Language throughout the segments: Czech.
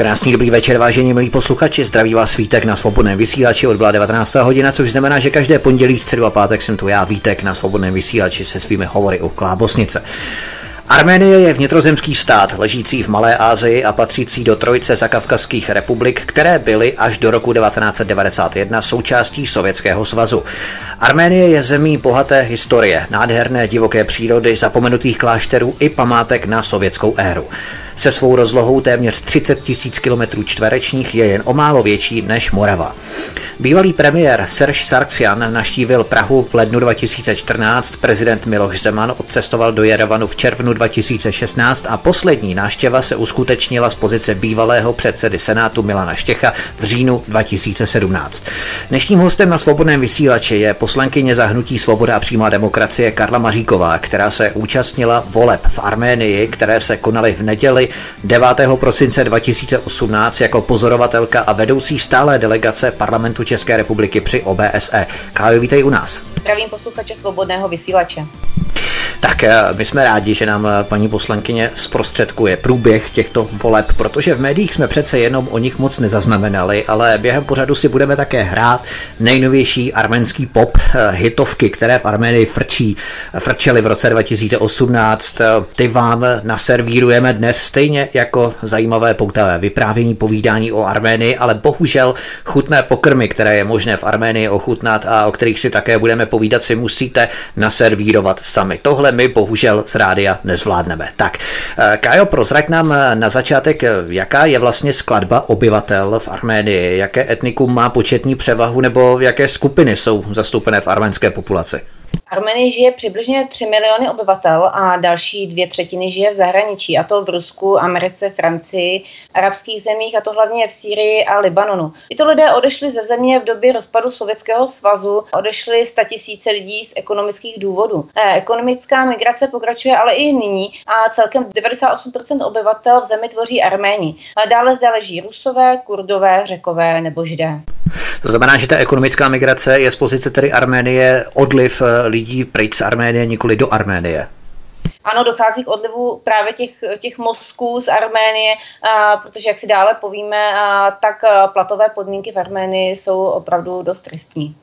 Krásný dobrý večer, vážení milí posluchači, zdraví vás Vítek na Svobodném vysílači, odbyla 19. hodina, což znamená, že každé pondělí, středu a pátek jsem tu já, Vítek, na Svobodném vysílači se svými hovory o Klábosnice. Arménie je vnitrozemský stát, ležící v Malé Asii a patřící do trojice zakavkazských republik, které byly až do roku 1991 součástí Sovětského svazu. Arménie je zemí bohaté historie, nádherné divoké přírody, zapomenutých klášterů i památek na sovětskou éru. Se svou rozlohou téměř 30 000 km² je jen o málo větší než Morava. Bývalý premiér Serge Sargsyan navštívil Prahu v lednu 2014, prezident Miloš Zeman odcestoval do Jerevanu v červnu 2016 a poslední návštěva se uskutečnila z pozice bývalého předsedy Senátu Milana Štěcha v říjnu 2017. Dnešním hostem na Svobodném vysílači je poslankyně za hnutí Svoboda a přímá demokracie Karla Maříková, která se účastnila voleb v Arménii, které se konaly v neděli 9. prosince 2018 jako pozorovatelka a vedoucí stálé delegace Parlamentu České republiky při OBSE. Kájo, vítej u nás. Zdravím posluchače Svobodného vysílače. Tak my jsme rádi, že nám paní poslankyně zprostředkuje průběh těchto voleb, protože v médiích jsme přece jenom o nich moc nezaznamenali, ale během pořadu si budeme také hrát nejnovější arménský pop, hitovky, které v Arménii frčely v roce 2018. Ty vám naservírujeme dnes stejně jako zajímavé poutavé vyprávění, povídání o Arménii, ale bohužel chutné pokrmy, které je možné v Arménii ochutnat a o kterých si také budeme povídat, si musíte naservírovat sami. Tohle my bohužel z rádia nezvládneme. Tak, Kájo, prozrať nám na začátek, jaká je vlastně skladba obyvatel v Arménii, jaké etnikum má početní převahu nebo jaké skupiny jsou zastoupené v arménské populaci? V Arménii žije přibližně 3 miliony obyvatel a další 2/3 žije v zahraničí, a to v Rusku, Americe, Francii, arabských zemích, a to hlavně v Sýrii a Libanonu. Tyto lidé odešli ze země v době rozpadu Sovětského svazu, odešli 100 000 lidí z ekonomických důvodů. Ekonomická migrace pokračuje ale i nyní a celkem 98% obyvatel v zemi tvoří Arméni. Ale dále zde leží Rusové, Kurdové, Řekové nebo Židé. To znamená, že ta ekonomická migrace je z pozice tedy Arménie odliv lidí pryč z Arménie, nikoli do Arménie. Ano, dochází k odlivu právě těch mozků z Arménie, protože jak si dále povíme, tak platové podmínky v Arménii jsou opravdu dost tristní.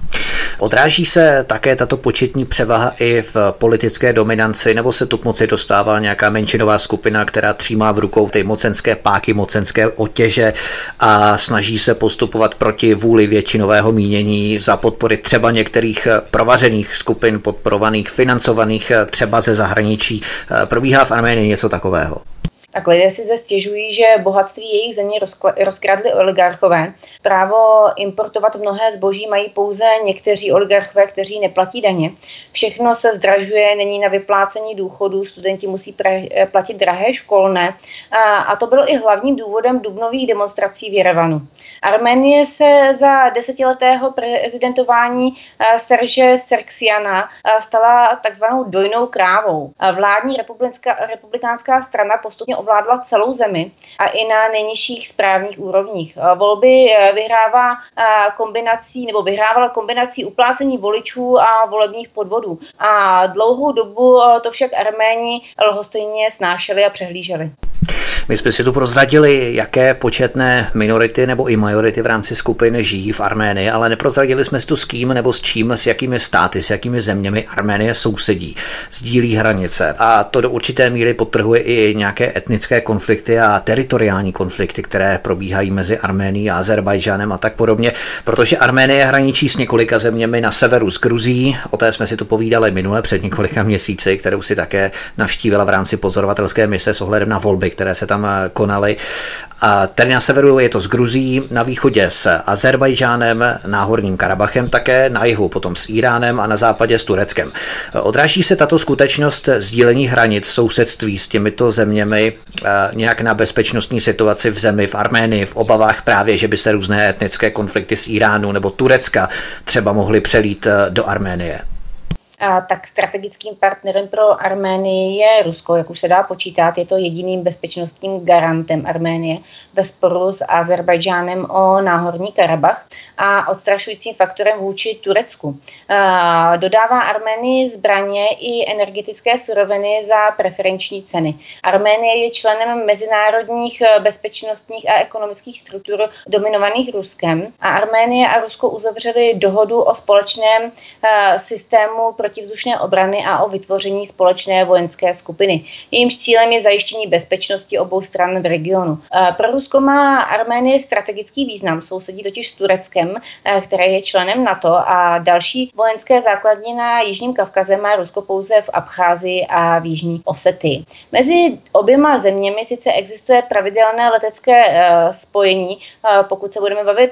Odráží se také tato početní převaha i v politické dominanci, nebo se tu k moci dostává nějaká menšinová skupina, která třímá v rukou ty mocenské páky, mocenské otěže a snaží se postupovat proti vůli většinového mínění za podpory třeba některých provařených skupin, podporovaných, financovaných třeba ze zahraničí. Probíhá v Arménii něco takového? Tak lidé si zde stěžují, že bohatství jejich země rozkradli oligarchové. Právo importovat mnohé zboží mají pouze někteří oligarchové, kteří neplatí daně. Všechno se zdražuje, není na vyplácení důchodů, studenti musí platit drahé školné. A to bylo i hlavním důvodem dubnových demonstrací v Jerevanu. Arménie se za desetiletého prezidentování Serge Sargsyana stala takzvanou dojnou krávou. Vládní republikánská strana postupně ovládla celou zemi a i na nejnižších správních úrovních. Volby vyhrávala kombinací uplácení voličů a volebních podvodů. A dlouhou dobu to však Arméni lhostejně snášeli a přehlíželi. My jsme si tu prozradili, jaké početné minority nebo i majority v rámci skupiny žijí v Arménii, ale neprozradili jsme si tu s kým nebo s čím, s jakými státy, s jakými zeměmi Arménie sousedí, sdílí hranice. A to do určité míry podtrhuje i nějaké etnické konflikty a teritoriální konflikty, které probíhají mezi Arménií a Azerbajdžánem a tak podobně, protože Arménie hraničí s několika zeměmi na severu s Gruzií, o té jsme si tu povídali minule před několika měsíci, kterou si také navštívila v rámci pozorovatelské mise s ohledem na volby, které se tam konaly. A tady na severu je to s Gruzií, na východě s Azerbajdžánem, Náhorním Karabachem také, na jihu potom s Íránem a na západě s Tureckem. Odráží se tato skutečnost sdílení hranic sousedství s těmito zeměmi nějak na bezpečnostní situaci v zemi, v Arménii, v obavách právě, že by se různé etnické konflikty z Íránu nebo Turecka třeba mohly přelít do Arménie? tak strategickým partnerem pro Arménii je Rusko, jak už se dá počítat, je to jediným bezpečnostním garantem Arménie ve sporu s Azerbajdžánem o Náhorní Karabach a odstrašujícím faktorem vůči Turecku. Dodává Arménii zbraně i energetické suroviny za preferenční ceny. Arménie je členem mezinárodních bezpečnostních a ekonomických struktur dominovaných Ruskem a Arménie a Rusko uzavřely dohodu o společném systému protivzdušné obrany a o vytvoření společné vojenské skupiny. Jejímž cílem je zajištění bezpečnosti obou stran v regionu. Pro Rusko má Arménie strategický význam, sousedí totiž s Tureckem, které je členem NATO, a další vojenské základny na Jižním Kavkaze má Rusko pouze v Abcházii a v Jižní Osetii. Mezi oběma zeměmi sice existuje pravidelné letecké spojení, pokud se budeme bavit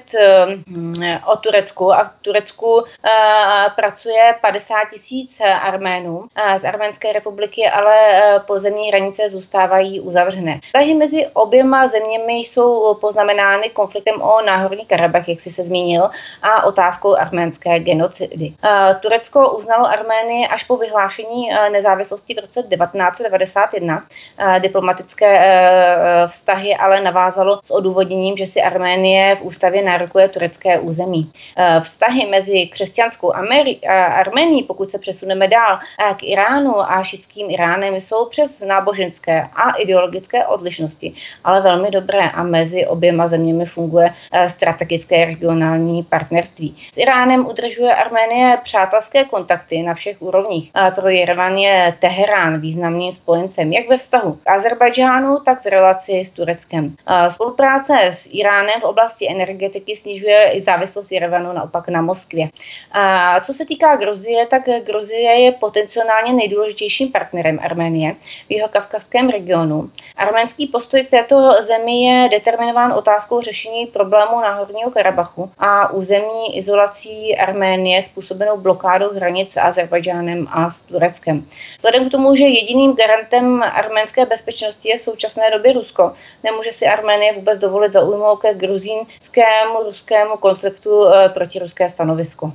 o Turecku, a v Turecku pracuje 50 000 Arménů z Arménské republiky, ale pozemní hranice zůstávají uzavřené. Vztahy mezi oběma zeměmi jsou poznamenány konfliktem o Náhorní Karabach, jak si se zmínil, a otázkou arménské genocidy. Turecko uznalo Arménii až po vyhlášení nezávislosti v roce 1991. Diplomatické vztahy ale navázalo s odůvodněním, že si Arménie v ústavě nárokuje turecké území. Vztahy mezi křesťanskou Arménií, pokud se přesuneme dál k Iránu a šítským Iránem, jsou přes náboženské a ideologické odlišnosti, ale velmi dobré, a mezi oběma zeměmi funguje strategické regionální partnerství. S Iránem udržuje Arménie přátelské kontakty na všech úrovních. Pro Jerevan je Teherán významným spojencem jak ve vztahu k Azerbajdžánu, tak v relaci s Tureckem. Spolupráce s Iránem v oblasti energetiky snižuje i závislost Jerevanu naopak na Moskvě. Co se týká Gruzie, tak Gruzie je potenciálně nejdůležitějším partnerem Arménie v jihovkavkazském regionu. Arménský postoj k této zemi je determinován otázkou řešení problému Náhorního Karabachu a územní izolací Arménie způsobenou blokádou hranic s Azerbajdžánem a s Tureckem. Vzhledem k tomu, že jediným garantem arménské bezpečnosti je v současné době Rusko, nemůže si Arménie vůbec dovolit zaujmout ke gruzínskému ruskému konfliktu protiruské stanovisko.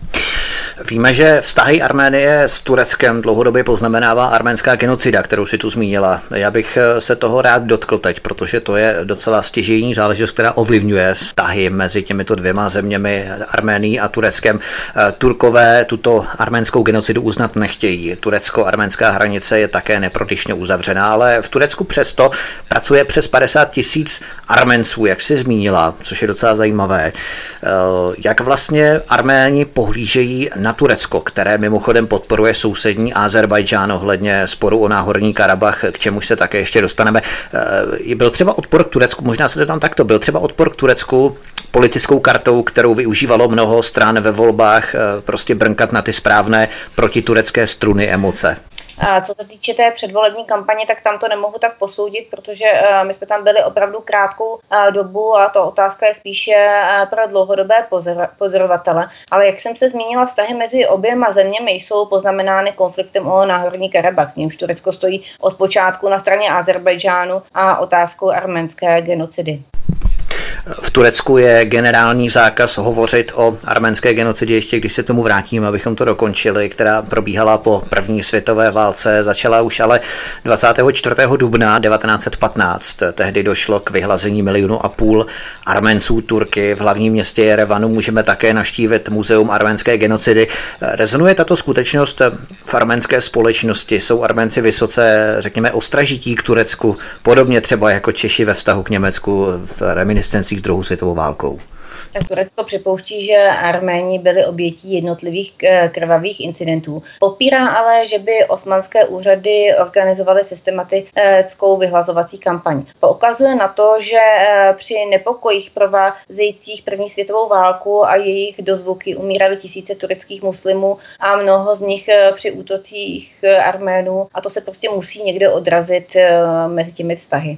Víme, že vztahy Arménie s Tureckem dlouhodobě poznamenává arménská genocida, kterou si tu zmínila. Já bych se toho rád dotkl teď, protože to je docela stěžejní záležitost, která ovlivňuje vztahy mezi těmito dvěma zeměmi, Arménií a Tureckem. Turkové tuto arménskou genocidu uznat nechtějí. Turecko-arménská hranice je také neprodyšně uzavřená, ale v Turecku přesto pracuje přes 50 000 Arménců, jak jsi zmínila, což je docela zajímavé. Jak vlastně Arméni pohlížejí na Turecko, které mimochodem podporuje sousední Azerbajdžán ohledně sporu o Náhorní Karabach, k čemuž se také ještě dostaneme. Byl třeba odpor k Turecku, možná se to tam takto, byl třeba odpor k Turecku politickou kartou, kterou využívalo mnoho stran ve volbách, prostě brnkat na ty správné protiturecké struny emoce. Co se týče té předvolební kampaně, tak tam to nemohu tak posoudit, protože my jsme tam byli opravdu krátkou dobu a to otázka je spíše pro dlouhodobé pozorovatele. Ale jak jsem se zmínila, vztahy mezi oběma zeměmi jsou poznamenány konfliktem o Náhorní Karabach, v němž Turecko stojí od počátku na straně Azerbajdžánu a otázkou arménské genocidy. V Turecku je generální zákaz hovořit o arménské genocidě, ještě když se tomu vrátím, abychom to dokončili, která probíhala po první světové válce, začala už ale 24. dubna 1915. Tehdy došlo k vyhlazení 1,5 milionu Arménců Turky. V hlavním městě Jerevanu můžeme také navštívit muzeum arménské genocidy. Rezonuje tato skutečnost v arménské společnosti? Jsou Arménci vysoce, řekněme, ostražití k Turecku, podobně třeba jako Češi ve vztahu k Německu v reminiscencích druhou světovou válkou? Tak Turecko připouští, že Arméni byli obětí jednotlivých krvavých incidentů. Popírá ale, že by osmanské úřady organizovaly systematickou vyhlazovací kampaň. Poukazuje na to, že při nepokojích provázejících první světovou válku a jejich dozvuky umírali tisíce tureckých muslimů a mnoho z nich při útocích Arménů, a to se prostě musí někde odrazit mezi těmi vztahy.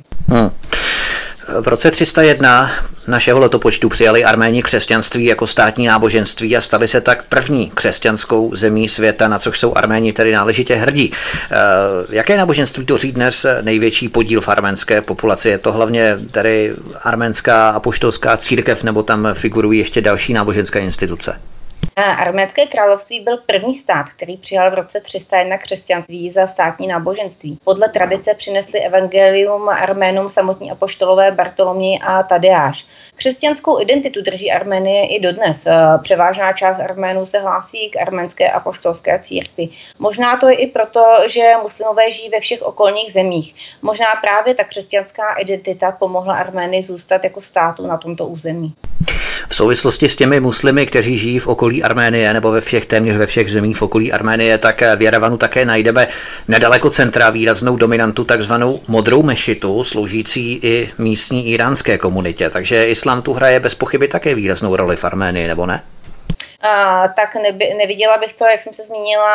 V roce 301 našeho letopočtu přijali Arméni křesťanství jako státní náboženství a stali se tak první křesťanskou zemí světa, na což jsou Arméni tedy náležitě hrdí. Jaké náboženství tvoří dnes největší podíl v arménské populaci? Je to hlavně tedy arménská apoštolská církev, nebo tam figurují ještě další náboženské instituce? Arménské království byl první stát, který přijal v roce 301 křesťanství za státní náboženství. Podle tradice přinesli evangelium Arménům samotní apoštolové Bartoloměj a Tadeáš. Křesťanskou identitu drží Arménie i dodnes. Převážná část Arménů se hlásí k arménské apoštolské církvi. Možná to je i proto, že muslimové žijí ve všech okolních zemích. Možná právě ta křesťanská identita pomohla Arménii zůstat jako státu na tomto území. V souvislosti s těmi muslimy, kteří žijí v okolí Arménie nebo téměř ve všech zemích v okolí Arménie, tak v Jerevanu také najdeme nedaleko centra výraznou dominantu, takzvanou modrou mešitu, sloužící i místní iránské komunitě. Takže islám tu hraje bez pochyby také výraznou roli v Arménii, nebo ne? Tak neviděla bych to, jak jsem se zmínila,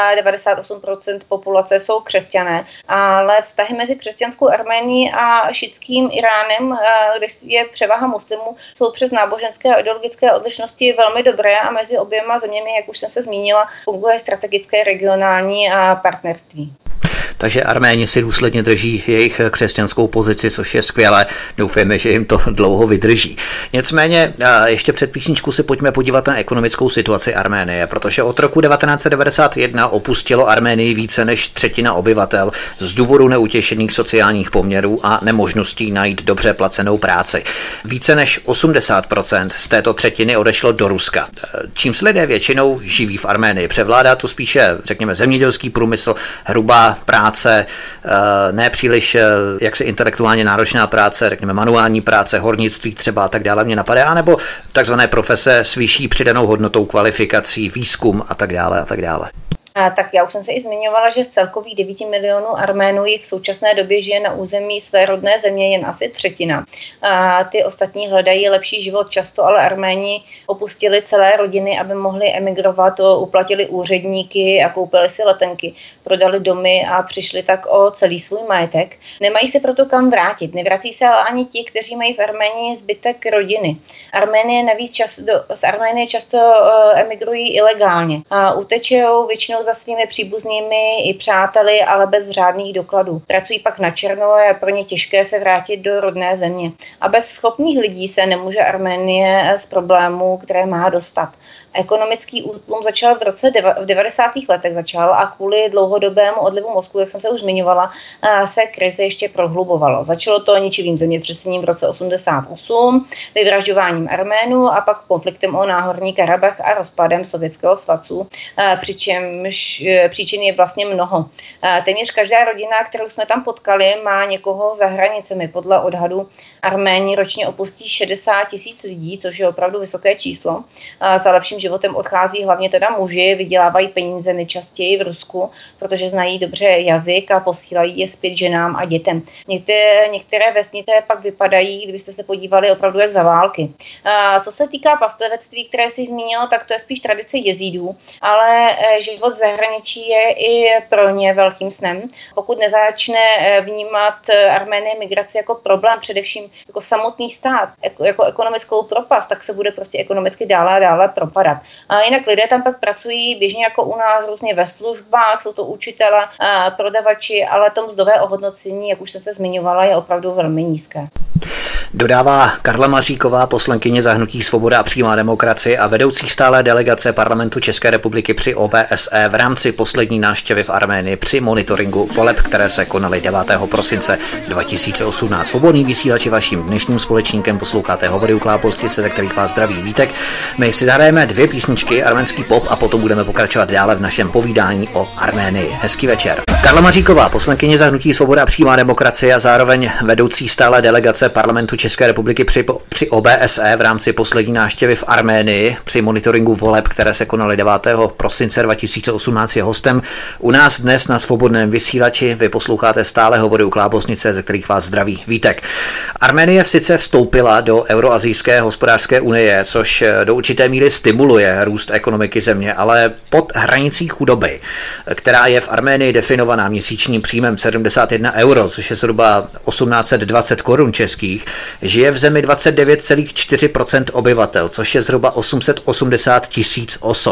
98% populace jsou křesťané, ale vztahy mezi křesťanskou Arménií a šitským Iránem, kde je převaha muslimů, jsou přes náboženské a ideologické odlišnosti velmi dobré a mezi oběma zeměmi, jak už jsem se zmínila, funguje strategické regionální partnerství. Takže Arméni si důsledně drží jejich křesťanskou pozici, což je skvělé. Doufejme, že jim to dlouho vydrží. Nicméně ještě před písničku si pojďme podívat na ekonomickou situaci Arménie, protože od roku 1991 opustilo Arménii více než třetina obyvatel z důvodu neutěšených sociálních poměrů a nemožností najít dobře placenou práci. Více než 80% z této třetiny odešlo do Ruska. Čím se lidé většinou živí v Arménii? Převládá tu spíše, řekněme, zemědělský průmysl, hrubá práce, ne příliš jaksi intelektuálně náročná práce, řekněme manuální práce, hornictví třeba a tak dále mě napadá, anebo takzvané profese s vyšší přidanou hodnotou, kvalifikací, výzkum a tak dále a tak dále. Tak já už jsem se i zmiňovala, že z celkových 9 milionů Arménů jich v současné době žije na území své rodné země jen asi třetina. Ty ostatní hledají lepší život často, ale Arméni opustili celé rodiny, aby mohli emigrovat, uplatili úředníky a koupili si letenky, prodali domy a přišli tak o celý svůj majetek. Nemají se proto kam vrátit. Nevrací se ale ani ti, kteří mají v Arménii zbytek rodiny. Z Arménie často emigrují ilegálně. Utečou většinou za svými příbuznými i přáteli, ale bez řádných dokladů. Pracují pak na černo a je pro ně těžké se vrátit do rodné země. A bez schopných lidí se nemůže Arménie z problémů, které má, dostat. Ekonomický útlum začal v 90. letech a kvůli dlouhodobému odlivu mozku, jak jsem se už zmiňovala, se krize ještě prohlubovalo. Začalo to ničivým zemětřesením v roce 88, vyvražďováním Arménů a pak konfliktem o Náhorní Karabach a rozpadem Sovětského svazu, přičemž příčin je vlastně mnoho. Téměř každá rodina, kterou jsme tam potkali, má někoho za hranicemi. Podle odhadu Arméni ročně opustí 60 000 lidí, což je opravdu vysoké číslo. Za lepším životem odchází hlavně teda muži, vydělávají peníze nejčastěji v Rusku, protože znají dobře jazyk a posílají je zpět ženám a dětem. Některé vesnice pak vypadají, kdybyste se podívali, opravdu jak za války. Co se týká pastevectví, které si zmínila, tak to je spíš tradice jezídů, ale život v zahraničí je i pro ně velkým snem. Pokud nezačne vnímat Arménie migraci jako problém, především jako samotný stát, jako ekonomickou propast, tak se bude prostě ekonomicky dále a dále propadat. A jinak lidé tam pak pracují běžně jako u nás různě ve službách, jsou to učitelé, prodavači, ale to mzdové ohodnocení, jak už jsem se zmiňovala, je opravdu velmi nízké. Dodává Karla Maříková, poslankyně za hnutí Svoboda a přímá demokracie a vedoucí stálé delegace Parlamentu České republiky při OBSE v rámci poslední návštěvy v Arménii při monitoringu voleb, které se konaly 9. prosince 2018. Svobodný vysílač je vaším dnešním společníkem, posloucháte Hovory u Klábosnice, ze kterých vás zdraví Vítek. My si zahrajeme 2 písničky, arménský pop, a potom budeme pokračovat dále v našem povídání o Arménii. Hezký večer. Karla Maříková, poslankyně za hnutí Svoboda a přímá demokracie a zároveň vedoucí stálé delegace Parlamentu České republiky při OBSE v rámci poslední návštěvy v Arménii při monitoringu voleb, které se konaly 9. prosince 2018, je hostem u nás dnes na Svobodném vysílači. Vy posloucháte stále Hovory u Klábosnice, ze kterých vás zdraví Vítek. Arménie sice vstoupila do Euroasijské hospodářské unie, což do určité míry stimuluje růst ekonomiky země, ale pod hranicí chudoby, která je v Arménii definovaná měsíčním příjmem 71 euro, což je zhruba 1820 korun českých, žije v zemi 29,4% obyvatel, což je zhruba 880 000 osob.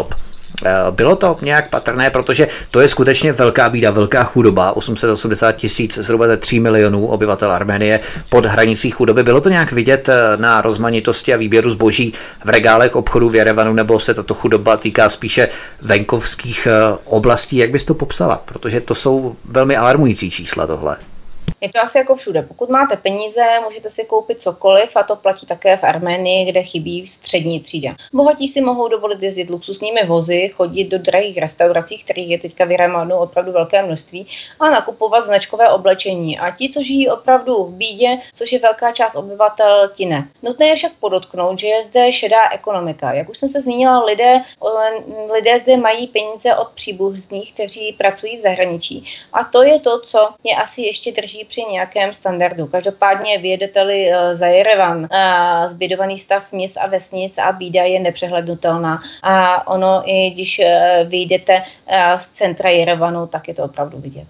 Bylo to nějak patrné, protože to je skutečně velká bída, velká chudoba, 880 000, zhruba 3 milionů obyvatel Arménie pod hranicí chudoby. Bylo to nějak vidět na rozmanitosti a výběru zboží v regálech obchodu v Jerevanu, nebo se tato chudoba týká spíše venkovských oblastí? Jak bys to popsala? Protože to jsou velmi alarmující čísla tohle. Je to asi jako všude. Pokud máte peníze, můžete si koupit cokoliv a to platí také v Arménii, kde chybí střední třída. Bohatí si mohou dovolit jezdit luxusními vozy, chodit do drahých restaurací, kterých je teďka v Jerevanu opravdu velké množství, a nakupovat značkové oblečení. A ti, co žijí opravdu v bídě, což je velká část obyvatel, ti ne. Nutné je však podotknout, že je zde šedá ekonomika. Jak už jsem se zmínila, lidé zde mají peníze od příbuzných, kteří pracují v zahraničí. A to je to, co je asi ještě drží při nějakém standardu. Každopádně vyjedete-li za Jerevan, zbydovaný stav měst a vesnic a bída je nepřehlednutelná. A ono, i když vyjdete z centra Jerevanu, tak je to opravdu vidět.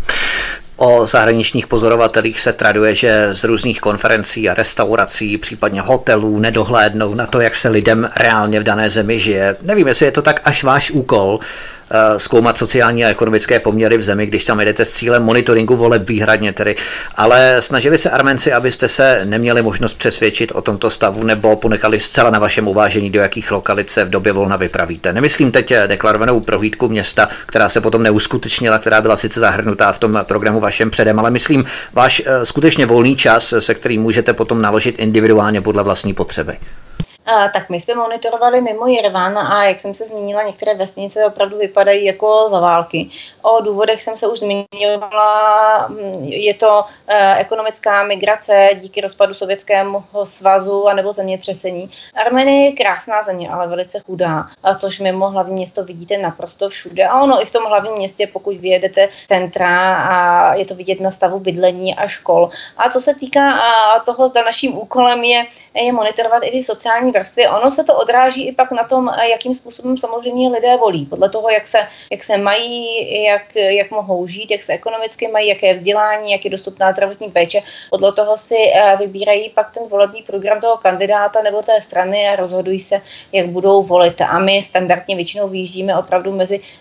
O zahraničních pozorovatelích se traduje, že z různých konferencí a restaurací, případně hotelů, nedohlédnou na to, jak se lidem reálně v dané zemi žije. Nevím, jestli je to tak až váš úkol zkoumat sociální a ekonomické poměry v zemi, když tam jdete s cílem monitoringu voleb výhradně tedy. Ale snažili se Arménci, abyste se neměli možnost přesvědčit o tomto stavu, nebo ponechali zcela na vašem uvážení, do jakých lokalit se v době volna vypravíte. Nemyslím teď deklarovanou prohlídku města, která se potom neuskutečnila, která byla sice zahrnutá v tom programu vašem předem, ale myslím váš skutečně volný čas, se kterým můžete potom naložit individuálně podle vlastní potřeby. Tak my jsme monitorovali mimo Jerevan a jak jsem se zmínila, některé vesnice opravdu vypadají jako za války. O důvodech jsem se už zmiňovala, je to ekonomická migrace díky rozpadu Sovětského svazu anebo zemětřesení. Arménie je krásná země, ale velice chudá, což mimo hlavní město vidíte naprosto všude. A ono i v tom hlavním městě, pokud vyjedete centra, a je to vidět na stavu bydlení a škol. A co se týká toho, zda naším úkolem je monitorovat i ty sociální vrstvy. Ono se to odráží i pak na tom, jakým způsobem samozřejmě lidé volí. Podle toho, jak se mají, jak mohou žít, jak se ekonomicky mají, jaké je vzdělání, jak je dostupná zdravotní péče. Podle toho si vybírají pak ten volební program toho kandidáta nebo té strany a rozhodují se, jak budou volit. A my standardně většinou vyjíždíme opravdu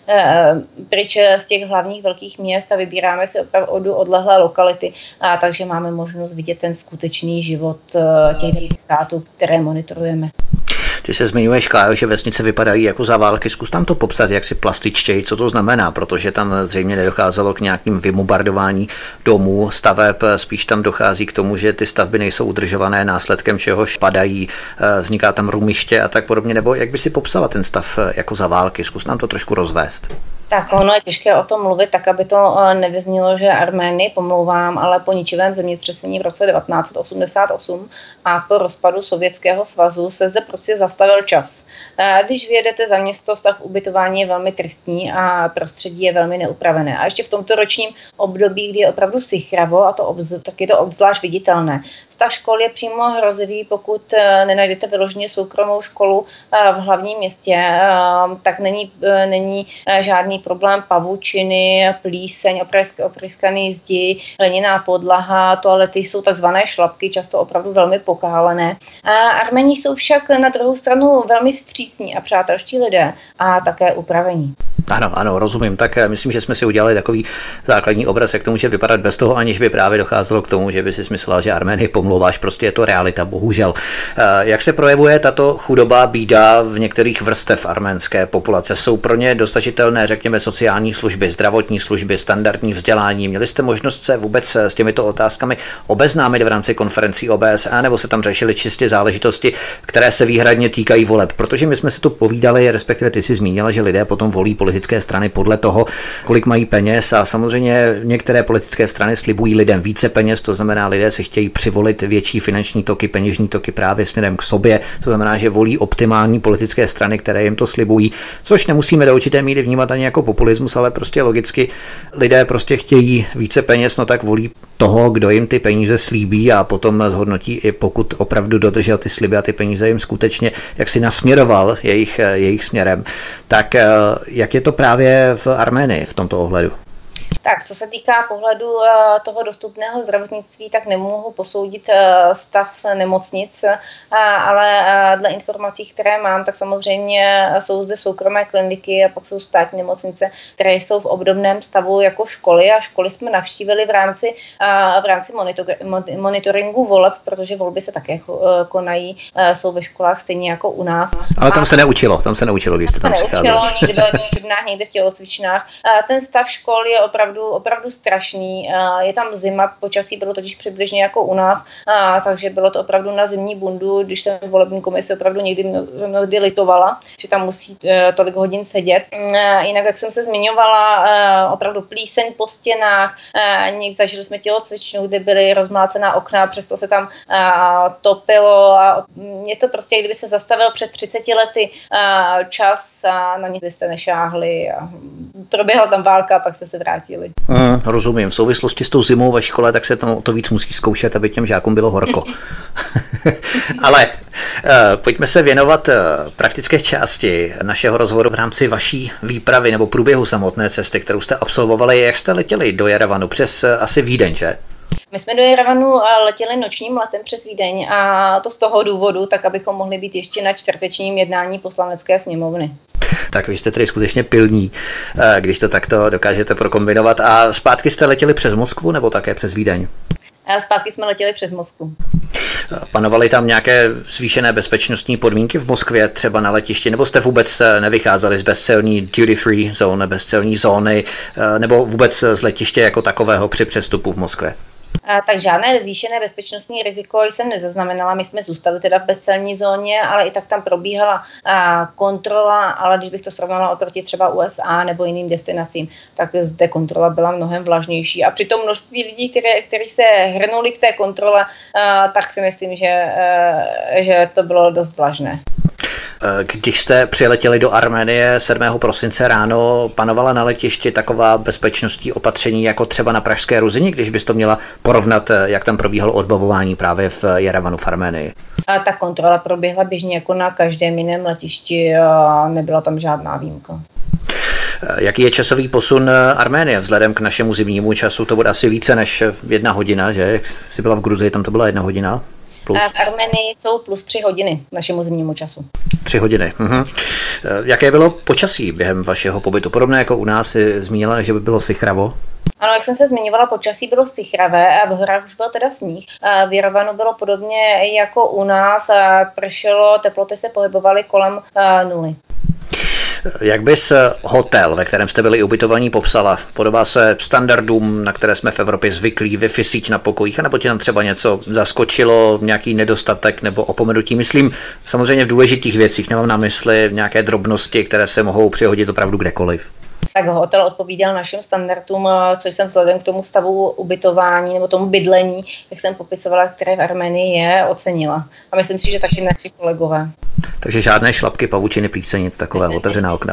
pryč z těch hlavních velkých měst a vybíráme si opravdu odlehlé lokality. Takže máme možnost vidět ten skutečný život těch států, které monitorujeme. Ty se zmiňuješ, Kájo, že vesnice vypadají jako za války. Zkus tam to popsat, jak si plastičtěji, co to znamená, protože tam zřejmě nedocházelo k nějakým vymombardování domů, staveb, spíš tam dochází k tomu, že ty stavby nejsou udržované, následkem čehož padají, vzniká tam rumiště a tak podobně, nebo jak by si popsala ten stav jako za války? Zkus nám to trošku rozvést. Tak ono je těžké o tom mluvit, tak aby to nevyznělo, že Arménii pomlouvám, ale po ničivém zemětřesení v roce 1988 a po rozpadu Sovětského svazu se zde prostě zastavil čas. Když vyjedete za město, stav ubytování je velmi tristní a prostředí je velmi neupravené. A ještě v tomto ročním období, kdy je opravdu sichravo, tak je to obzvlášť viditelné. Stav škol je přímo hrozivý, pokud nenajdete vyloženě soukromou školu v hlavním městě, tak není žádný problém pavučiny, plíseň, opryskaný zdi, hliněná podlaha, toalety jsou takzvané šlapky, často opravdu velmi pokálené. Arméni jsou však na druhou stranu velmi vstřícní a přátelští lidé a také upravení. Ano, rozumím. Tak myslím, že jsme si udělali takový základní obraz, jak to může vypadat bez toho, aniž by právě docházelo k tomu, že by si myslela, že Arménii pomlouváš. Prostě je to realita, bohužel. Jak se projevuje tato chudoba, bída v některých vrstev arménské populace? Jsou pro ně dostačitelné, řekněme, sociální služby, zdravotní služby, standardní vzdělání? Měli jste možnost se vůbec s těmito otázkami obeznámit v rámci konferencí OBSE, nebo se tam řešily čistě záležitosti, které se výhradně týkají voleb? Protože my jsme si to povídali, respektive ty si zmínila, že lidé potom volí politické strany podle toho, kolik mají peněz, a samozřejmě některé politické strany slibují lidem více peněz, to znamená, lidé si chtějí přivolit větší finanční toky, peněžní toky právě směrem k sobě, to znamená, že volí optimální politické strany, které jim to slibují, což nemusíme do určité míry vnímat ani jako populismus, ale prostě logicky lidé prostě chtějí více peněz, no tak volí toho, kdo jim ty peníze slíbí, a potom zhodnotí, i pokud opravdu dodržel ty sliby a ty peníze jim skutečně jak si nasměroval jejich směrem. Tak jak je to právě v Arménii v tomto ohledu? Tak, co se týká pohledu toho dostupného zdravotnictví, tak nemohu posoudit stav nemocnic, ale dle informací, které mám, tak samozřejmě jsou zde soukromé kliniky a pak jsou státní nemocnice, které jsou v obdobném stavu jako školy a školy jsme navštívili v rámci monitoringu voleb, protože volby se také konají, jsou ve školách stejně jako u nás. Ale tam se neučilo, když jste tam přicházeli. Někde v tělocvičnách. Ten stav škol je opravdu strašný. Je tam zima, počasí bylo totiž přibližně jako u nás, takže bylo to opravdu na zimní bundu, když jsem volební komise opravdu někdy litovala, že tam musí tolik hodin sedět. Jinak, jak jsem se zmiňovala, opravdu plíseň po stěnách, zažili jsme tělocvičnu, kde byly rozmlácená okna, přesto se tam topilo a je to prostě, kdyby se zastavil před 30 lety čas a na ně byste nešáhli a proběhla tam válka a pak jste se vrátili. Rozumím. V souvislosti s tou zimou ve škole, tak se to víc musí zkoušet, aby těm žákům bylo horko. Ale pojďme se věnovat praktické části našeho rozhovoru v rámci vaší výpravy nebo průběhu samotné cesty, kterou jste absolvovali. Jak jste letěli do Jerevanu? Přes asi Vídeň, že? My jsme do Jerevanu letěli nočním letem přes Vídeň a to z toho důvodu, tak abychom mohli být ještě na čtvrtečním jednání poslanecké sněmovny. Tak vy jste tedy skutečně pilní, když to takto dokážete prokombinovat. A zpátky jste letěli přes Moskvu nebo také přes Vídeň? Zpátky jsme letěli přes Moskvu. Panovaly tam nějaké zvýšené bezpečnostní podmínky v Moskvě, třeba na letišti, nebo jste vůbec nevycházeli z bezcelní duty-free zóny, bezcelní zóny, nebo vůbec z letiště jako takového při přestupu v Moskvě? Tak žádné zvýšené bezpečnostní riziko jsem nezaznamenala. My jsme zůstali teda v bezcelní zóně, ale i tak tam probíhala kontrola, ale když bych to srovnala oproti třeba USA nebo jiným destinacím, tak zde kontrola byla mnohem vlažnější. A při tom množství lidí, kteří se hrnuli k té kontrole, tak si myslím, že to bylo dost vlažné. Když jste přiletěli do Arménie 7. prosince ráno, panovala na letišti taková bezpečnostní opatření jako třeba na pražské Ruzyni, když bys to měla porovnat, jak tam probíhalo odbavování právě v Jerevanu v Arménii? A ta kontrola proběhla běžně jako na každém jiném letišti a nebyla tam žádná výjimka. Jaký je časový posun Arménie vzhledem k našemu zimnímu času? To bude asi více než 1 hodina, že? Jak jsi byla v Gruzii, tam to byla 1 hodina? A v Arménii jsou plus 3 hodiny našemu zimnímu času. 3 hodiny. Jaké bylo počasí během vašeho pobytu? Podobné jako u nás, jsi zmínila, že by bylo sichravo? Ano, jak jsem se zmiňovala, počasí bylo sichravé a v horách už byl teda sníh. V Jerevanu bylo podobně jako u nás, pršelo, teploty se pohybovaly kolem 0. Jak bys hotel, ve kterém jste byli ubytovaní, popsala? Podobá se standardům, na které jsme v Evropě zvyklí, Wi-Fi síť na pokojích, anebo ti tam třeba něco zaskočilo, nějaký nedostatek nebo opomenutí? Myslím samozřejmě v důležitých věcích, nemám na mysli nějaké drobnosti, které se mohou přihodit opravdu kdekoliv. Tak hotel odpovídal našim standardům, což jsem vzhledem k tomu stavu ubytování nebo tomu bydlení, jak jsem popisovala, které v Arménii je, ocenila. A myslím si, že taky naši kolegové. Takže žádné šlapky, pavučiny, plíce, nic takového, otevřená okna.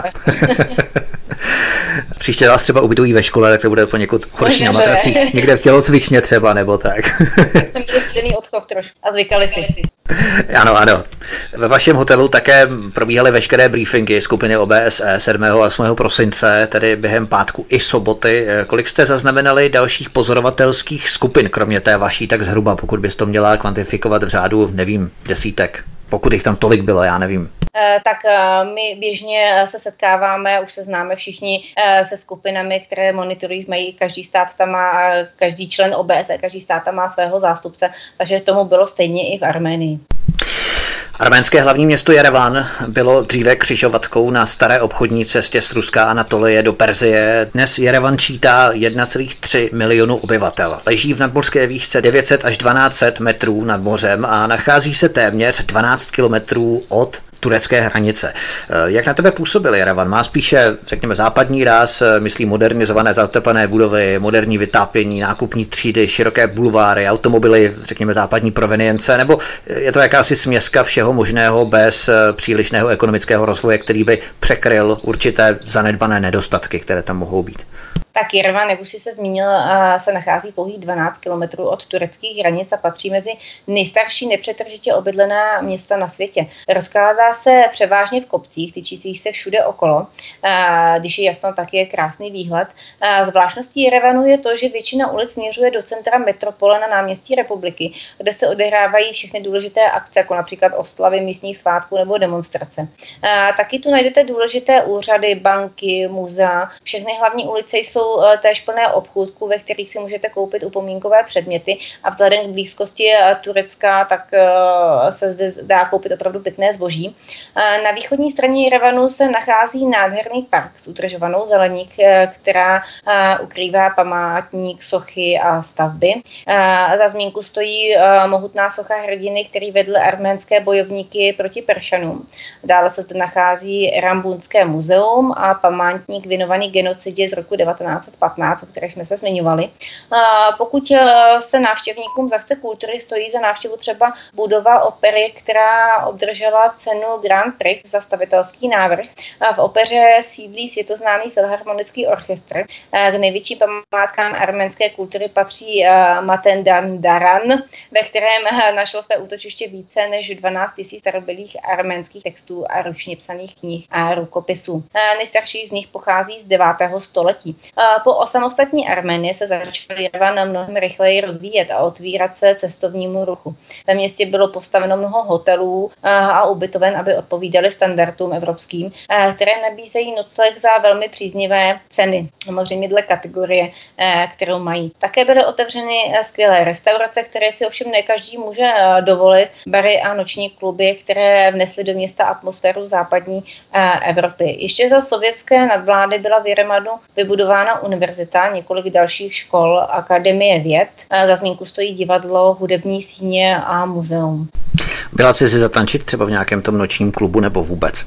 Příště vás třeba ubytují ve škole, tak to bude poněkud horší na matracích. Někde v tělocvičně třeba, nebo tak. Jsem měl studený odchov trošku a zvykali si. Ano. Ve vašem hotelu také probíhaly veškeré briefingy skupiny OBSE 7. a 8. prosince, tedy během pátku i soboty. Kolik jste zaznamenali dalších pozorovatelských skupin, kromě té vaší, tak zhruba, pokud bys to měla kvantifikovat v řádu, nevím, desítek? Pokud jich tam tolik bylo, já nevím. Tak my běžně se setkáváme, už se známe všichni se skupinami, které monitorují, mají každý stát tam má, každý člen OBSE, každý stát tam má svého zástupce, takže tomu bylo stejně i v Arménii. Arménské hlavní město Jerevan bylo dříve křižovatkou na staré obchodní cestě z Ruska Anatolie do Persie. Dnes Jerevan čítá 1,3 milionu obyvatel. Leží v nadmořské výšce 900 až 1200 metrů nad mořem a nachází se téměř 12 kilometrů od turecké hranice. Jak na tebe působil Jerevan? Má spíše, řekněme, západní ráz, myslí modernizované zateplené budovy, moderní vytápění, nákupní třídy, široké bulváry, automobily, řekněme, západní provenience, nebo je to jakási směska všeho možného bez přílišného ekonomického rozvoje, který by překryl určité zanedbané nedostatky, které tam mohou být? Tak Jerevan, jak už jsi se zmínil, se nachází pouhých 12 kilometrů od tureckých hranic a patří mezi nejstarší nepřetržitě obydlená města na světě. Rozkládá se převážně v kopcích, tyčících se všude okolo. Když je jasno, tak je krásný výhled. Zvláštností Jerevanu je to, že většina ulic směřuje do centra metropole na náměstí Republiky, kde se odehrávají všechny důležité akce, jako například oslavy místních svátků nebo demonstrace. Taky tu najdete důležité úřady, banky, muzea. Všechny hlavní ulice jsou též plné obchůdků, ve kterých si můžete koupit upomínkové předměty a vzhledem k blízkosti Turecka, tak se zde dá koupit opravdu pěkné zboží. Na východní straně Jerevanu se nachází nádherný park s udržovanou zelení, která ukrývá památník, sochy a stavby. Za zmínku stojí mohutná socha hrdiny, který vedl arménské bojovníky proti Peršanům. Dále se zde nachází Rambunské muzeum a památník věnovaný genocidě z roku 1915, o které jsme se zmiňovali. Pokud se návštěvníkům zachce kultury, stojí za návštěvu třeba budova opery, která obdržela cenu Grand Prix za stavitelský návrh. V opeře sídlí světoznámý filharmonický orchestr. K největším památkám arménské kultury patří Matendan Daran, ve kterém našlo své útočiště více než 12 000 starobylých arménských textů a ručně psaných knih a rukopisů. Nejstarší z nich pochází z 9. století. Po osamostatní Arménie se začal Jerevan mnohem rychleji rozvíjet a otvírat se cestovnímu ruchu. Ve městě bylo postaveno mnoho hotelů a ubytoven, aby odpovídaly standardům evropským, které nabízejí nocleh za velmi příznivé ceny, samozřejmě dle kategorie, kterou mají. Také byly otevřeny skvělé restaurace, které si ovšem ne každý může dovolit, bary a noční kluby, které vnesly do města atmosféru západní Evropy. Ještě za sovětské nadvlády byla v Jerevanu vybudována univerzita, několik dalších škol, akademie věd. Za zmínku stojí divadlo, hudební síně a muzeum. Byla jsi si zatančit třeba v nějakém tom nočním klubu nebo vůbec?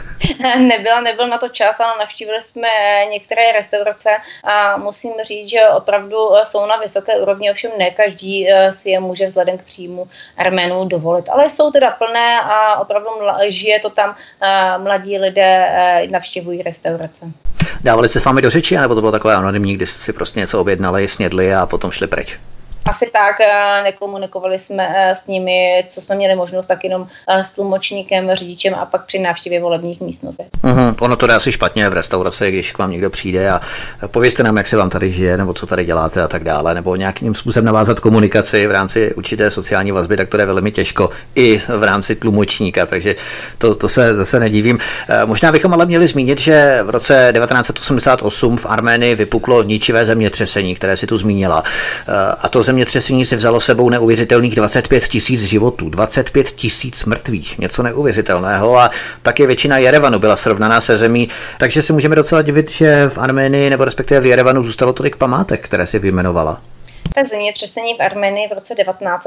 Nebyl na to čas, ale navštívili jsme některé restaurace a musím říct, že opravdu jsou na vysoké úrovni, ovšem ne každý si je může vzhledem k příjmu Arménů dovolit. Ale jsou teda plné a opravdu žije to tam, mladí lidé navštěvují restaurace. Dávali se s vámi do řeči, nebo to bylo takové anonymní, kdy si prostě něco objednali, snědli a potom šli pryč? Asi tak, nekomunikovali jsme s nimi, co jsme měli možnost, tak jenom s tlumočníkem, řidičem a pak při návštěvě volebních místností. Ono to jde asi špatně v restauraci, když k vám někdo přijde a povězte nám, jak se vám tady žije, nebo co tady děláte a tak dále, nebo nějakým způsobem navázat komunikaci v rámci určité sociální vazby, tak to je velmi těžko i v rámci tlumočníka, takže to se zase nedivím. Možná bychom ale měli zmínit, že v roce 1988 v Arménii vypuklo ničivé zemětřesení, které si tu zmínila. A to zemětřesení si vzalo sebou neuvěřitelných 25 000 životů, 25 000 mrtvých, něco neuvěřitelného a taky většina Jerevanu byla srovnaná se zemí, takže si můžeme docela divit, že v Arménii nebo respektive v Jerevanu zůstalo tolik památek, které si vyjmenovala. Tak zemětřesení v Arménii v roce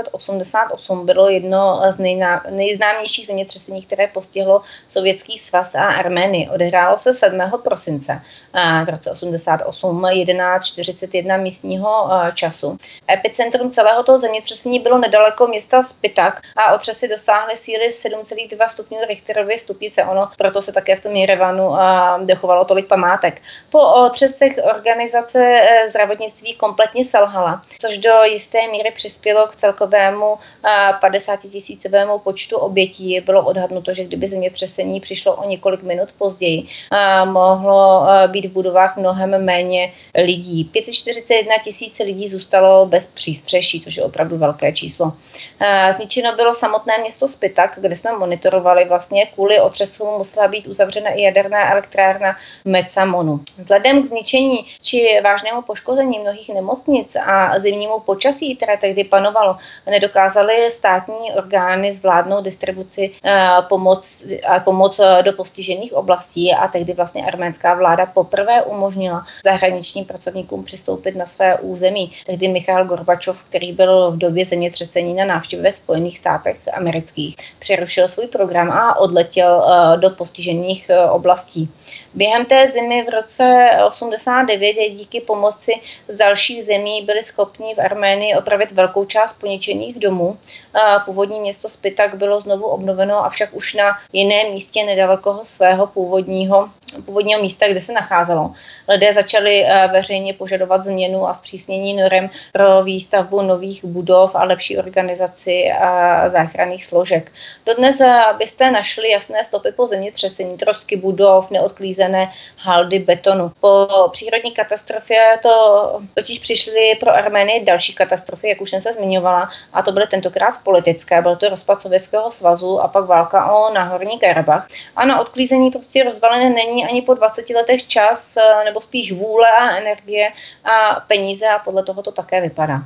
1988 bylo jedno z nejznámějších zemětřesení, které postihlo Sovětský svaz a Arménii. Odehrálo se 7. prosince v roce 88, 11:41 místního času. Epicentrum celého toho zemětřesení bylo nedaleko města Spitak a otřesy dosáhly síly 7,2 stupňů Richterovy stupnice. Proto se také v tom Jerevanu dochovalo tolik památek. Po otřesech organizace zdravotnictví kompletně selhala, což do jisté míry přispělo k celkovému 50 000 počtu obětí. Bylo odhadnuto, že kdyby zemětřesení přišlo o několik minut později, mohlo být v budovách mnohem méně lidí. 541 000 lidí zůstalo bez přístřeší, což je opravdu velké číslo. Zničeno bylo samotné město Spitak, kde jsme monitorovali vlastně kvůli otřesům musela být uzavřena i jaderná elektrárna Metsamonu. Vzhledem k zničení či vážnému poškození mnohých nemocnic a zimnímu počasí, které tehdy panovalo, nedokázaly státní orgány zvládnout distribuci pomoc do postižených oblastí a tehdy vlastně arménská vláda poprvé umožnila zahraničním pracovníkům přistoupit na své území. Tehdy Michail Gorbačov, který byl v době zemětřesení na návštěvě ve Spojených státech amerických, přerušil svůj program a odletěl do postižených oblastí. Během té zimy v roce 89 díky pomoci z dalších zemí byli schopni schopni v Arménii opravit velkou část poničených domů. Původní město Spitak bylo znovu obnoveno, avšak už na jiném místě nedaleko svého původního místa, kde se nacházelo. Lidé začali veřejně požadovat změnu a zpřísnění norem pro výstavbu nových budov a lepší organizaci záchranných složek. Dodnes byste našli jasné stopy po zemětřesení, trosky budov, neodklízené haldy betonu. Po přírodní katastrofě to totiž přišly pro Arménii další katastrofy, jak už jsem se zmiňovala, a to byly tentokrát politické. Byl to rozpad Sovětského svazu a pak válka o Náhorní Karabach. A na odklízení prostě rozvalené není ani po 20 letech čas, nebo spíš vůle a energie a peníze, a podle toho to také vypadá.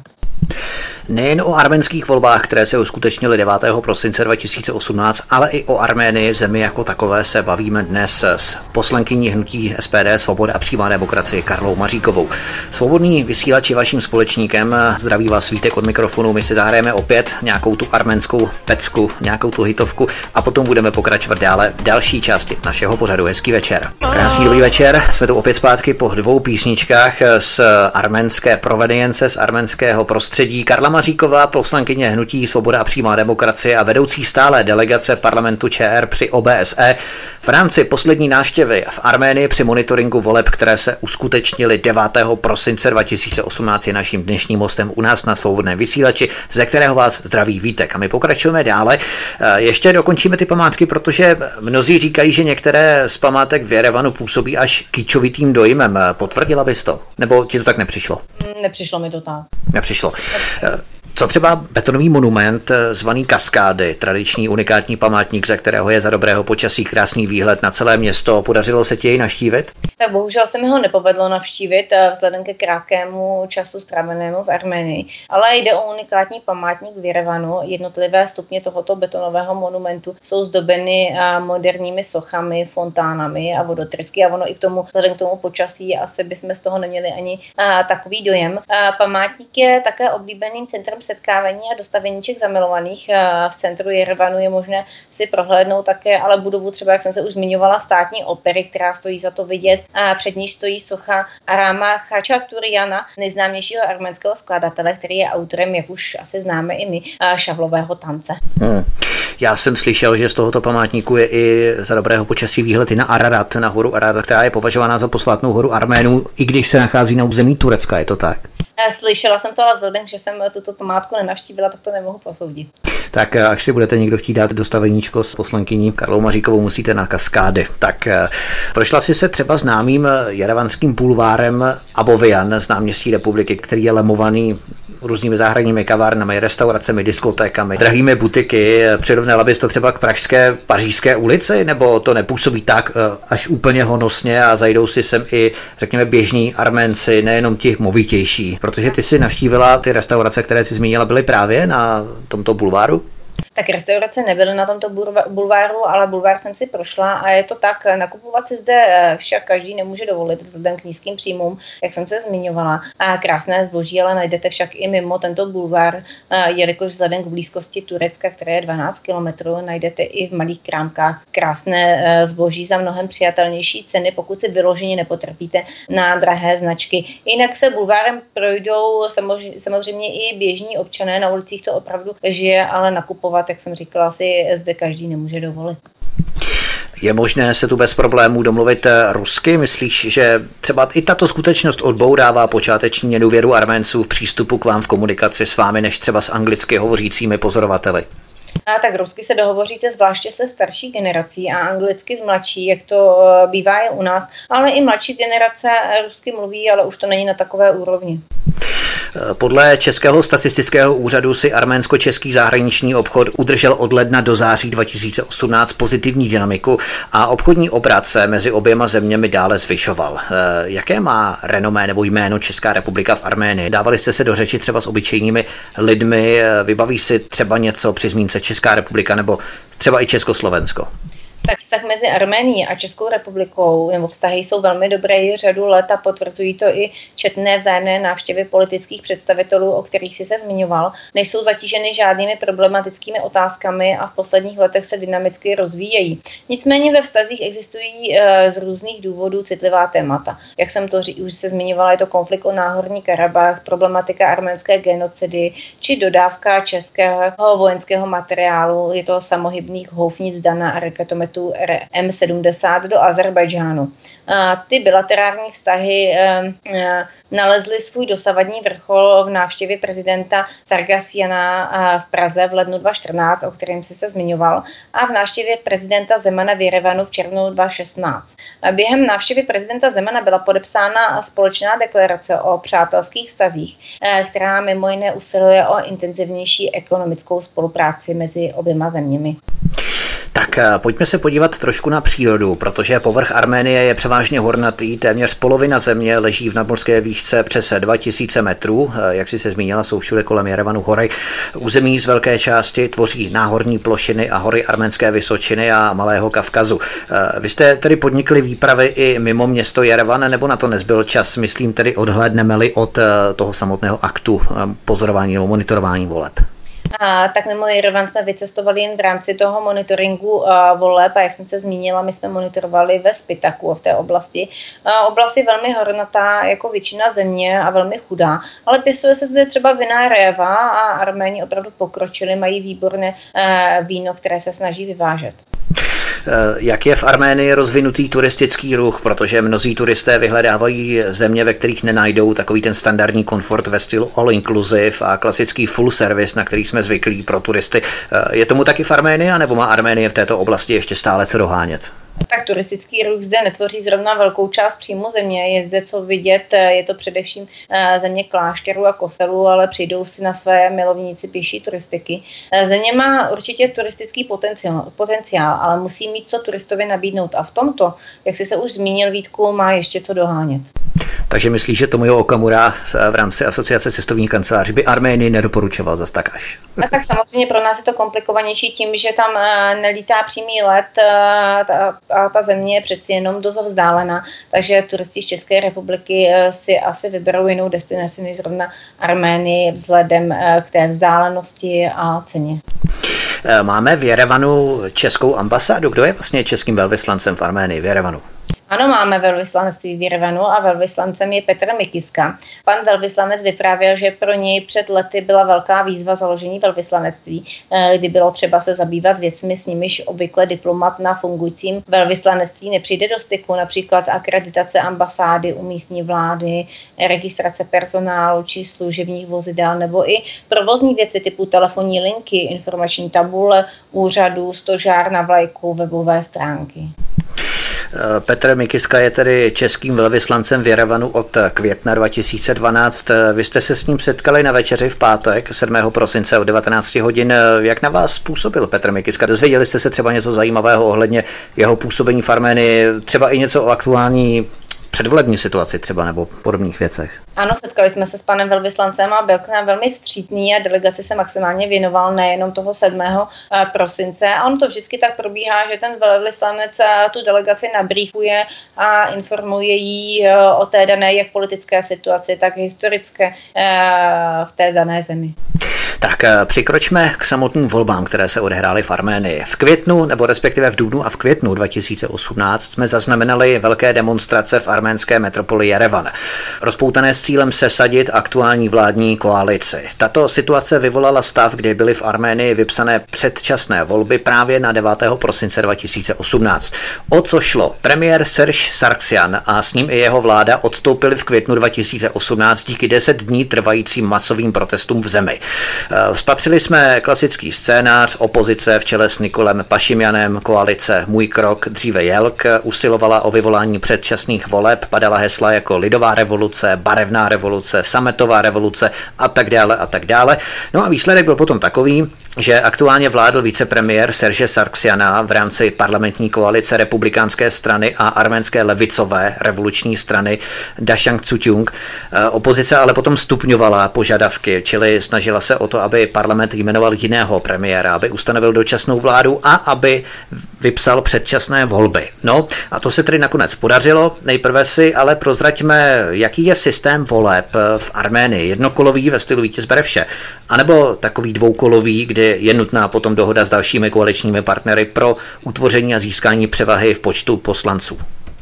Nejen o arménských volbách, které se uskutečnily 9. prosince 2018, ale i o Arménii, zemi jako takové, se bavíme dnes s poslankyní hnutí SPD Svoboda a přímá demokracie Karlou Maříkovou. Svobodný vysílač je vaším společníkem. Zdraví vás Vítek od mikrofonu. My si zahrajeme opět nějakou tu arménskou pecku, nějakou tu hitovku a potom budeme pokračovat dále v další části našeho pořadu. Hezký večer. Krásný dobrý večer. Jsme tu opět zpátky po 2 písničkách z arménské provenience, z arménského prostředí. Karla Maříková, poslankyně hnutí Svoboda a přímá demokracie a vedoucí stálé delegace parlamentu ČR při OBSE v rámci poslední návštěvy v Arménii při monitoringu voleb, které se uskutečnily 9. prosince 2018, je naším dnešním hostem u nás na Svobodném vysílači, ze kterého vás zdraví Vítek. A my pokračujeme dále. Ještě dokončíme ty památky, protože mnozí říkají, že některé z památek v Jerevanu působí až kýčovitým dojmem. Potvrdila bys to? Nebo ti to tak nepřišlo? Nepřišlo mi to tak. Nepřišlo. Co třeba betonový monument zvaný Kaskády, tradiční unikátní památník, ze kterého je za dobrého počasí krásný výhled na celé město. Podařilo se ti jej navštívit? Tak bohužel se mi ho nepovedlo navštívit vzhledem ke krátkému času strávenému v Arménii, ale jde o unikátní památník v Jerevanu. Jednotlivé stupně tohoto betonového monumentu jsou zdobeny moderními sochami, fontánami a vodotrysky, a ono i vzhledem k tomu počasí asi bychom z toho neměli ani takový dojem. Památník je také oblíbeným centrem setkávání a dostaveníček zamilovaných. V centru Jerevanu je možné si prohlédnout také, ale budovu třeba, jak jsem se už zmiňovala, státní opery, která stojí za to vidět. Před ní stojí socha Arama Chačaturiana, nejznámějšího arménského skladatele, který je autorem, jak už asi známe i my, šavlového tance. Já jsem slyšel, že z tohoto památníku je i za dobrého počasí výhled i na Ararat, na horu Ararat, která je považována za posvátnou horu Arménů, i když se nachází na území Turecka, je to tak? Slyšela jsem to, ale vzhledem, že jsem tuto památku nenavštívila, tak to nemohu posoudit. Tak až si budete někdo chtít dát dostaveníčko s poslankyní Karlou Maříkovou, musíte na Kaskády. Tak prošla si se třeba známým jerevanským bulvárem Abovian z náměstí Republiky, který je lemovaný různými zahradními kavárnami, restauracemi, diskotékami, drahými butiky. Přirovnala bys to třeba k pražské Pařížské ulici, nebo to nepůsobí tak až úplně honosně a zajdou si sem i, řekněme, běžní Arménci, nejenom ti movitější? Protože ty si navštívila ty restaurace, které si zmínila, byly právě na tomto bulváru? Tak restaurace nebyly na tomto bulváru, ale bulvár jsem si prošla a je to tak, nakupovat si zde však každý nemůže dovolit vzhledem k nízkým příjmům, jak jsem se zmiňovala. A krásné zboží ale najdete však i mimo tento bulvár, jelikož vzhledem k blízkosti Turecka, které je 12 kilometrů, najdete i v malých krámkách krásné zboží za mnohem přijatelnější ceny, pokud si vyloženě nepotrpíte na drahé značky. Jinak se bulvárem projdou samozřejmě i běžní občané, na ulicích to opravdu žije, ale nakupovat, jak jsem říkala, si zde každý nemůže dovolit. Je možné se tu bez problémů domluvit rusky? Myslíš, že třeba i tato skutečnost odbourává počáteční nedůvěru Arménců v přístupu k vám v komunikaci s vámi, než třeba s anglicky hovořícími pozorovateli? Tak rusky se dohovoříte zvláště se starší generací a anglicky s mladší, jak to bývá i u nás, ale i mladší generace rusky mluví, ale už to není na takové úrovni. Podle Českého statistického úřadu si arménsko-český zahraniční obchod udržel od ledna do září 2018 pozitivní dynamiku a obchodní obrat se mezi oběma zeměmi dále zvyšoval. Jaké má renomé nebo jméno Česká republika v Arménii? Dávali jste se do řeči třeba s obyčejnými lidmi? Vybaví si třeba něco při zmínce Česká republika nebo třeba i Československo? Tak vztah mezi Arménií a Českou republikou, nebo vztahy jsou velmi dobré řadu let a potvrzují to i četné vzájemné návštěvy politických představitelů, o kterých si se zmiňoval. Nejsou zatíženy žádnými problematickými otázkami a v posledních letech se dynamicky rozvíjejí. Nicméně ve vztazích existují z různých důvodů citlivá témata. Jak jsem to už se zmiňovala, je to konflikt o Náhorní Karabach, problematika arménské genocidy či dodávka českého vojenského materiálu, je to samohybných houfnic Dana a raketometů M70 do Azerbajdžánu. Ty bilaterální vztahy nalezly svůj dosavadní vrchol v návštěvě prezidenta Sargsjana v Praze v lednu 2014, o kterém jsi se zmiňoval, a v návštěvě prezidenta Zemana v Jerevanu v červnu 2016. Během návštěvy prezidenta Zemana byla podepsána společná deklarace o přátelských vztazích, která mimo jiné usiluje o intenzivnější ekonomickou spolupráci mezi oběma zeměmi. Tak pojďme se podívat trošku na přírodu, protože povrch Arménie je převážně hornatý, téměř polovina země leží v nadmořské výšce přes 2000 metrů, jak si se zmínila, jsou všude kolem Jerevanu hory. Území z velké části tvoří náhorní plošiny a hory Arménské Vysočiny a Malého Kavkazu. Vy jste tedy podnikli výpravy i mimo město Jerevan, nebo na to nezbyl čas, myslím tedy odhlédneme-li od toho samotného aktu pozorování nebo monitorování voleb? Tak mimo Jerevan jsme vycestovali jen v rámci toho monitoringu voleb a jak jsem se zmínila, my jsme monitorovali ve Spitaku v té oblasti. Oblast je velmi hornatá jako většina země a velmi chudá, ale pěstuje se zde třeba vinná réva a Arméni opravdu pokročili, mají výborné víno, které se snaží vyvážet. Jak je v Arménii rozvinutý turistický ruch, protože mnozí turisté vyhledávají země, ve kterých nenajdou takový ten standardní komfort ve stylu all inclusive a klasický full service, na který jsme zvyklí pro turisty. Je tomu taky v Arménii, anebo má Arménie v této oblasti ještě stále co dohánět? Tak turistický ruch zde netvoří zrovna velkou část příjmu země, je zde co vidět, je to především země klášterů a kostelů, ale přijdou si na své milovníci pěší turistiky. Země má určitě turistický potenciál, ale musí mít co turistovi nabídnout a v tomto, jak jsi se už zmínil, Vítku, má ještě co dohánět. Takže myslíš, že Tomio Okamura v rámci Asociace cestovních kanceláří by Arménii nedoporučoval zas tak až? A tak samozřejmě pro nás je to komplikovanější tím, že tam nelítá přímý let a ta země je přeci jenom dost vzdálená, takže turisti z České republiky si asi vyberou jinou destinaci než zrovna Arménii vzhledem k té vzdálenosti a ceně. Máme v Jerevanu českou ambasádu. Kdo je vlastně českým velvyslancem v Arménii v Jerevanu? Ano, máme velvyslanectví v Jerevanu a velvyslancem je Petr Mikiska. Pan velvyslanec vyprávěl, že pro něj před lety byla velká výzva založení velvyslanectví, kdy bylo třeba se zabývat věcmi, s nimiž obvykle diplomat na fungujícím velvyslanectví nepřijde do styku, například akreditace ambasády u místní vlády, registrace personálu či služebních vozidel nebo i provozní věci typu telefonní linky, informační tabule úřadů, stožár na vlajku, webové stránky. Petr Mikiska je tedy českým velvyslancem v Jerevanu od května 2012. Vy jste se s ním setkali na večeři v pátek 7. prosince od 19 hodin. Jak na vás působil Petr Mikiska? Dozvěděli jste se třeba něco zajímavého ohledně jeho působení v Arménii, třeba i něco o aktuální předvolební situaci třeba nebo podobných věcech? Ano, setkali jsme se s panem velvyslancem a byl k nám velmi vstřícný a delegaci se maximálně věnoval nejenom toho 7. prosince. A on to vždycky tak probíhá, že ten velvyslanec tu delegaci nabrýfuje a informuje jí o té dané jak politické situaci, tak historické v té dané zemi. Tak přikročme k samotným volbám, které se odehrály v Arménii. V květnu, nebo respektive v dubnu a v květnu 2018 jsme zaznamenali velké demonstrace v arménské metropoli Jerevan. Rozpoutané s cílem sesadit aktuální vládní koalici. Tato situace vyvolala stav, kdy byly v Arménii vypsané předčasné volby právě na 9. prosince 2018. O co šlo? Premiér Serge Sargsjan a s ním i jeho vláda odstoupili v květnu 2018 díky 10 dní trvajícím masovým protestům v zemi. Spatřili jsme klasický scénář, opozice v čele s Nikolem Pašimjanem, koalice Můj krok, dříve Jelk, usilovala o vyvolání předčasných voleb, padala hesla jako lidová revoluce, barevná revoluce, sametová revoluce a tak dále a tak dále. No a výsledek byl potom takový, že aktuálně vládl vicepremiér Serge Sargsyan v rámci parlamentní koalice republikánské strany a arménské levicové revoluční strany Dašang Cutyung. Opozice ale potom stupňovala požadavky, čili snažila se o to, aby parlament jmenoval jiného premiéra, aby ustanovil dočasnou vládu a aby vypsal předčasné volby. No a to se tedy nakonec podařilo. Nejprve si ale prozraďme, jaký je systém voleb v Arménii. Jednokolový ve stylu vítěz bere vše, anebo takový dvoukolový, kdy je nutná potom dohoda s dalšími koaličními partnery pro utvoření a získání převahy v počtu poslanců.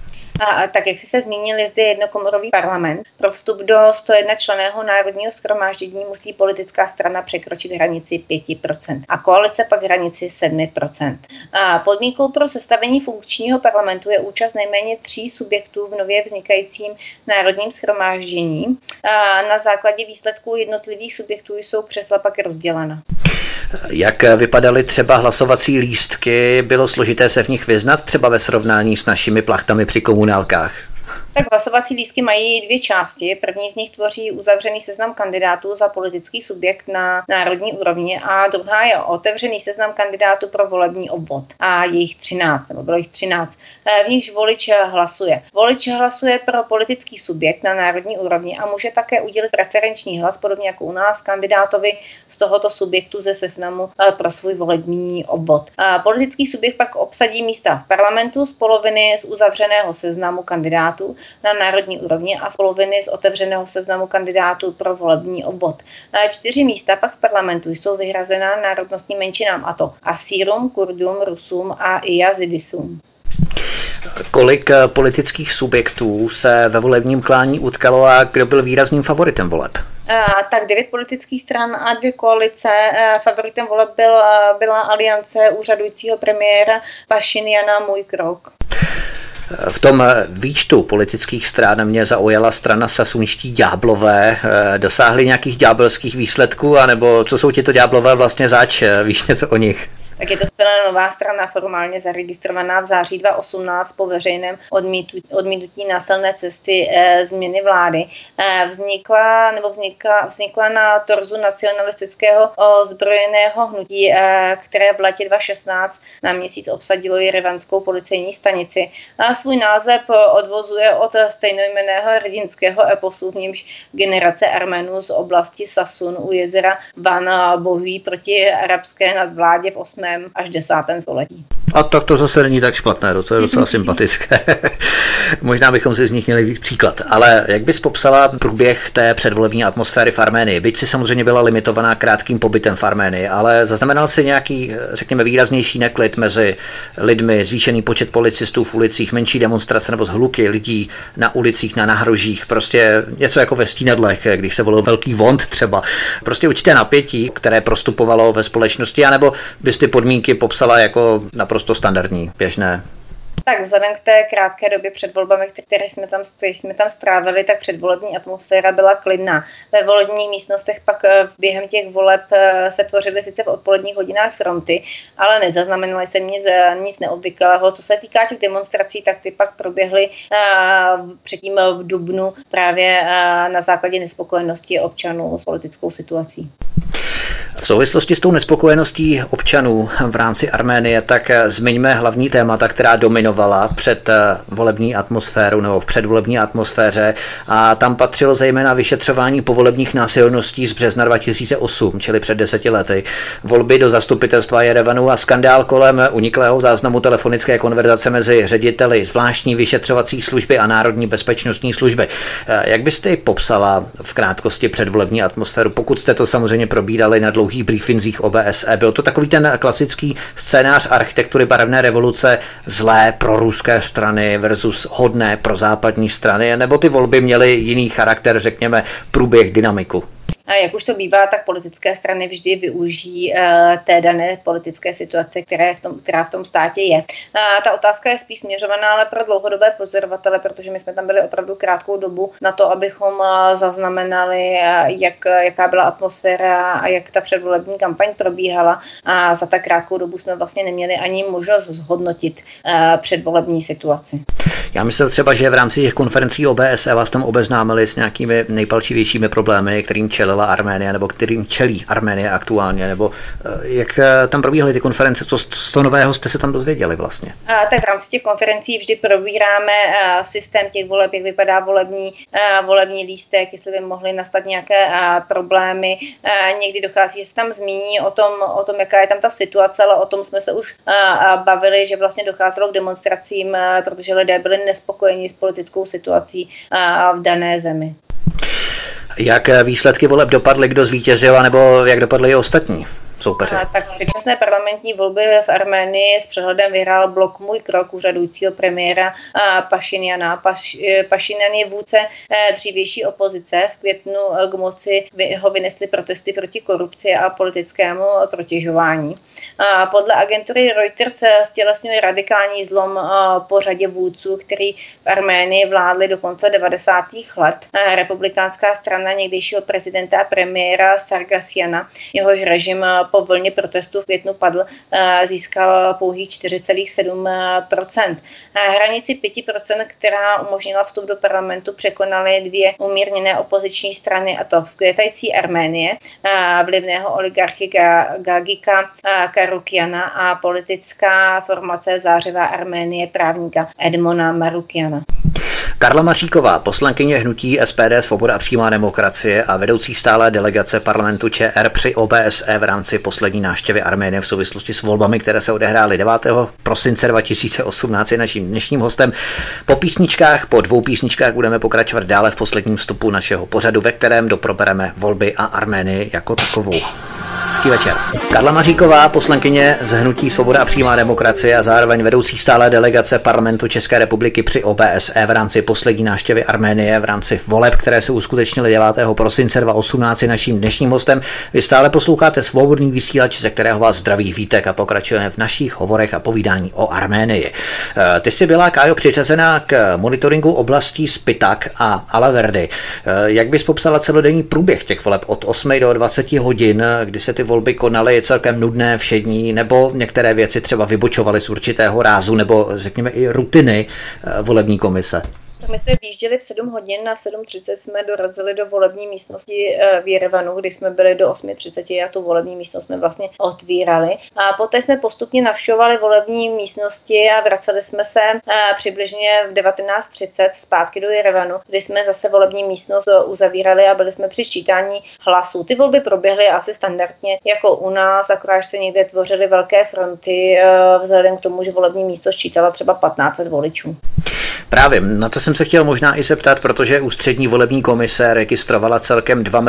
A tak, jak jsi se zmínil, je zde jednokomorový parlament. Pro vstup do 101 členného národního shromáždění musí politická strana překročit hranici 5% a koalice pak hranici 7%. A podmínkou pro sestavení funkčního parlamentu je účast nejméně 3 subjektů v nově vznikajícím národním shromáždění. A na základě výsledků jednotlivých subjektů jsou křesla pak rozdělena. Jak vypadaly třeba hlasovací lístky? Bylo složité se v nich vyznat třeba ve srovnání s našimi plachtami při komunálkách? Tak hlasovací lístky mají 2 části. První z nich tvoří uzavřený seznam kandidátů za politický subjekt na národní úrovni a druhá je otevřený seznam kandidátů pro volební obvod. A je jich 13, nebo bylo jich 13. V nichž volič hlasuje. Volič hlasuje pro politický subjekt na národní úrovni a může také udělit preferenční hlas, podobně jako u nás, kandidátovi z tohoto subjektu ze seznamu pro svůj volební obvod. Politický subjekt pak obsadí místa v parlamentu z poloviny z uzavřeného seznamu kandidátů na národní úrovni a z poloviny z otevřeného seznamu kandidátů pro volební obvod. 4 místa pak v parlamentu jsou vyhrazená národnostním menšinám, a to Asírům, Kurdům, Rusům a Yazidisům. Kolik politických subjektů se ve volebním klání utkalo a kdo byl výrazným favoritem voleb? Tak 9 politických stran a 2 koalice. Favoritem voleb byla aliance úřadujícího premiéra Pašinjana Můj krok. V tom výčtu politických stran mě zaujala strana Sasunští ďáblové. Dosáhli nějakých ďábelských výsledků, anebo co jsou tito ďáblové vlastně zač? Víš něco o nich? Tak je to nová strana, formálně zaregistrovaná v září 2018 po veřejném odmítnutí násilné cesty změny vlády. Vznikla na torzu nacionalistického ozbrojeného hnutí, které v letě 2016 na měsíc obsadilo jerevanskou policejní stanici. A svůj název odvozuje od stejnojmenného hrdinského eposu, v němž generace Arménů z oblasti Sasun u jezera Van bojují proti arabské nadvládě v 8. až 10. století. A tak to zase není tak špatné, to je docela sympatické. Možná bychom si z nich měli víc příklad. Ale jak bys popsala průběh té předvolební atmosféry v Arménii? Byť si samozřejmě byla limitovaná krátkým pobytem v Arménii, ale zaznamenal si nějaký, řekněme, výraznější neklid mezi lidmi, zvýšený počet policistů v ulicích, menší demonstrace nebo zhluky lidí na ulicích, na náhrožích, prostě něco jako ve Stínadlech, když se volil Velký Vond třeba. Prostě určité napětí, které prostupovalo ve společnosti, anebo bys ty podmínky popsala jako naprosto standardní, běžné? Tak vzhledem k té krátké době před volbami, které jsme tam strávili, tak předvolební atmosféra byla klidná. Ve volebních místnostech pak během těch voleb se tvořily sice v odpoledních hodinách fronty, ale nezaznamenali se nic neobvyklého. Co se týká těch demonstrací, tak ty pak proběhly předtím v dubnu právě na základě nespokojenosti občanů s politickou situací. V souvislosti s tou nespokojeností občanů v rámci Arménie, tak zmiňme hlavní témata, která dominovala před volební atmosféru nebo v předvolební atmosféře, a tam patřilo zejména vyšetřování povolebních násilností z března 2008, čili před 10 lety, volby do zastupitelstva Jerevanu a skandál kolem uniklého záznamu telefonické konverzace mezi řediteli zvláštní vyšetřovací služby a Národní bezpečnostní služby. Jak byste popsala v krátkosti předvolební atmosféru, pokud jste to samozřejmě probírali na dlouhých briefinzích OBSE? Byl to takový ten klasický scénář architektury barevné revoluce, zlé pro ruské strany versus hodné pro západní strany, nebo ty volby měly jiný charakter, řekněme, průběh, dynamiku? A jak už to bývá, tak politické strany vždy využijí té dané politické situace, která v tom státě je. Ta otázka je spíš směřovaná ale pro dlouhodobé pozorovatele, protože my jsme tam byli opravdu krátkou dobu na to, abychom zaznamenali, jaká byla atmosféra a jak ta předvolební kampaň probíhala. A za tak krátkou dobu jsme vlastně neměli ani možnost zhodnotit předvolební situaci. Já myslím třeba, že v rámci těch konferencí OBSE vás tam obeznámili s nějakými nejpalčivějšími problémy, kterým čelila Arménie, nebo kterým čelí Arménie aktuálně, nebo jak tam probíhaly ty konference, co z toho nového jste se tam dozvěděli vlastně? Tak v rámci těch konferencí vždy probíráme systém těch voleb, jak vypadá volební lístek, jestli by mohly nastat nějaké problémy. Někdy dochází, že se tam zmíní o tom, jaká je tam ta situace, ale o tom jsme se už bavili, že vlastně docházelo k demonstracím, protože lidé byli nespokojeni s politickou situací v dané zemi. Jak výsledky voleb dopadly, kdo zvítězil, nebo jak dopadly i ostatní soupeři? Tak předčasné parlamentní volby v Arménii s přehledem vyhrál blok Můj krok úřadujícího premiéra Pašinjana. Pašinjan je vůdce dřívější opozice. V květnu k moci ho vynesly protesty proti korupci a politickému protěžování. Podle agentury Reuters stělesňuje radikální zlom po řadě vůdců, který v Arménii vládli do konce 90. let. Republikánská strana někdejšího prezidenta a premiéra Sargsjana, jehož režim po vlně protestů v květnu padl, získal pouhých 4,7%. Hranici 5%, která umožnila vstup do parlamentu, překonaly dvě umírněné opoziční strany, a to vzkvětající Arménie, vlivného oligarchy Gagika Karukjana a politická formace Zářivá Arménie právníka Edmona Marukjana. Karla Maříková, poslankyně hnutí SPD Svoboda a přímá demokracie a vedoucí stálé delegace parlamentu ČR při OBSE v rámci poslední návštěvy Arménie v souvislosti s volbami, které se odehrály 9. prosince 2018, je naším dnešním hostem. Po písničkách, po 2 písničkách budeme pokračovat dále v posledním vstupu našeho pořadu, ve kterém doprobereme volby a Arménii jako takovou. Hezký večer. Karla Maříková, poslankyně z hnutí Svoboda a přímá demokracie a zároveň vedoucí stálé delegace parlamentu České republiky při OBSE v rámci poslední návštěvy Arménie v rámci voleb, které se uskutečnily 9. prosince 2018, je naším dnešním hostem. Vy stále posloucháte Svobodný vysílač, ze kterého vás zdraví Vítek, a pokračujeme v našich hovorech a povídání o Arménii. Ty jsi byla, Kájo, přiřazená k monitoringu oblastí Spitak a Alaverdy. Jak bys popsala celodenní průběh těch voleb od 8 do 20 hodin, kdy se ty volby konaly celkem nudné, všední, nebo některé věci třeba vybočovaly z určitého rázu, nebo řekněme i rutiny volební komise? My jsme vyjížděli v 7 hodin a v 7:30 jsme dorazili do volební místnosti v Jerevanu, když jsme byli do 8:30 a tu volební místnost jsme vlastně otvírali. A poté jsme postupně navštěvovali volební místnosti a vraceli jsme se přibližně v 19:30 zpátky do Jerevanu, kdy jsme zase volební místnost uzavírali a byli jsme při sčítání hlasů. Ty volby proběhly asi standardně jako u nás, akorát se někde tvořily velké fronty vzhledem k tomu, že volební místo sčítala třeba 1500 voličů. Právě, na to jsem se chtěl možná i zeptat, protože ústřední volební komise registrovala celkem 2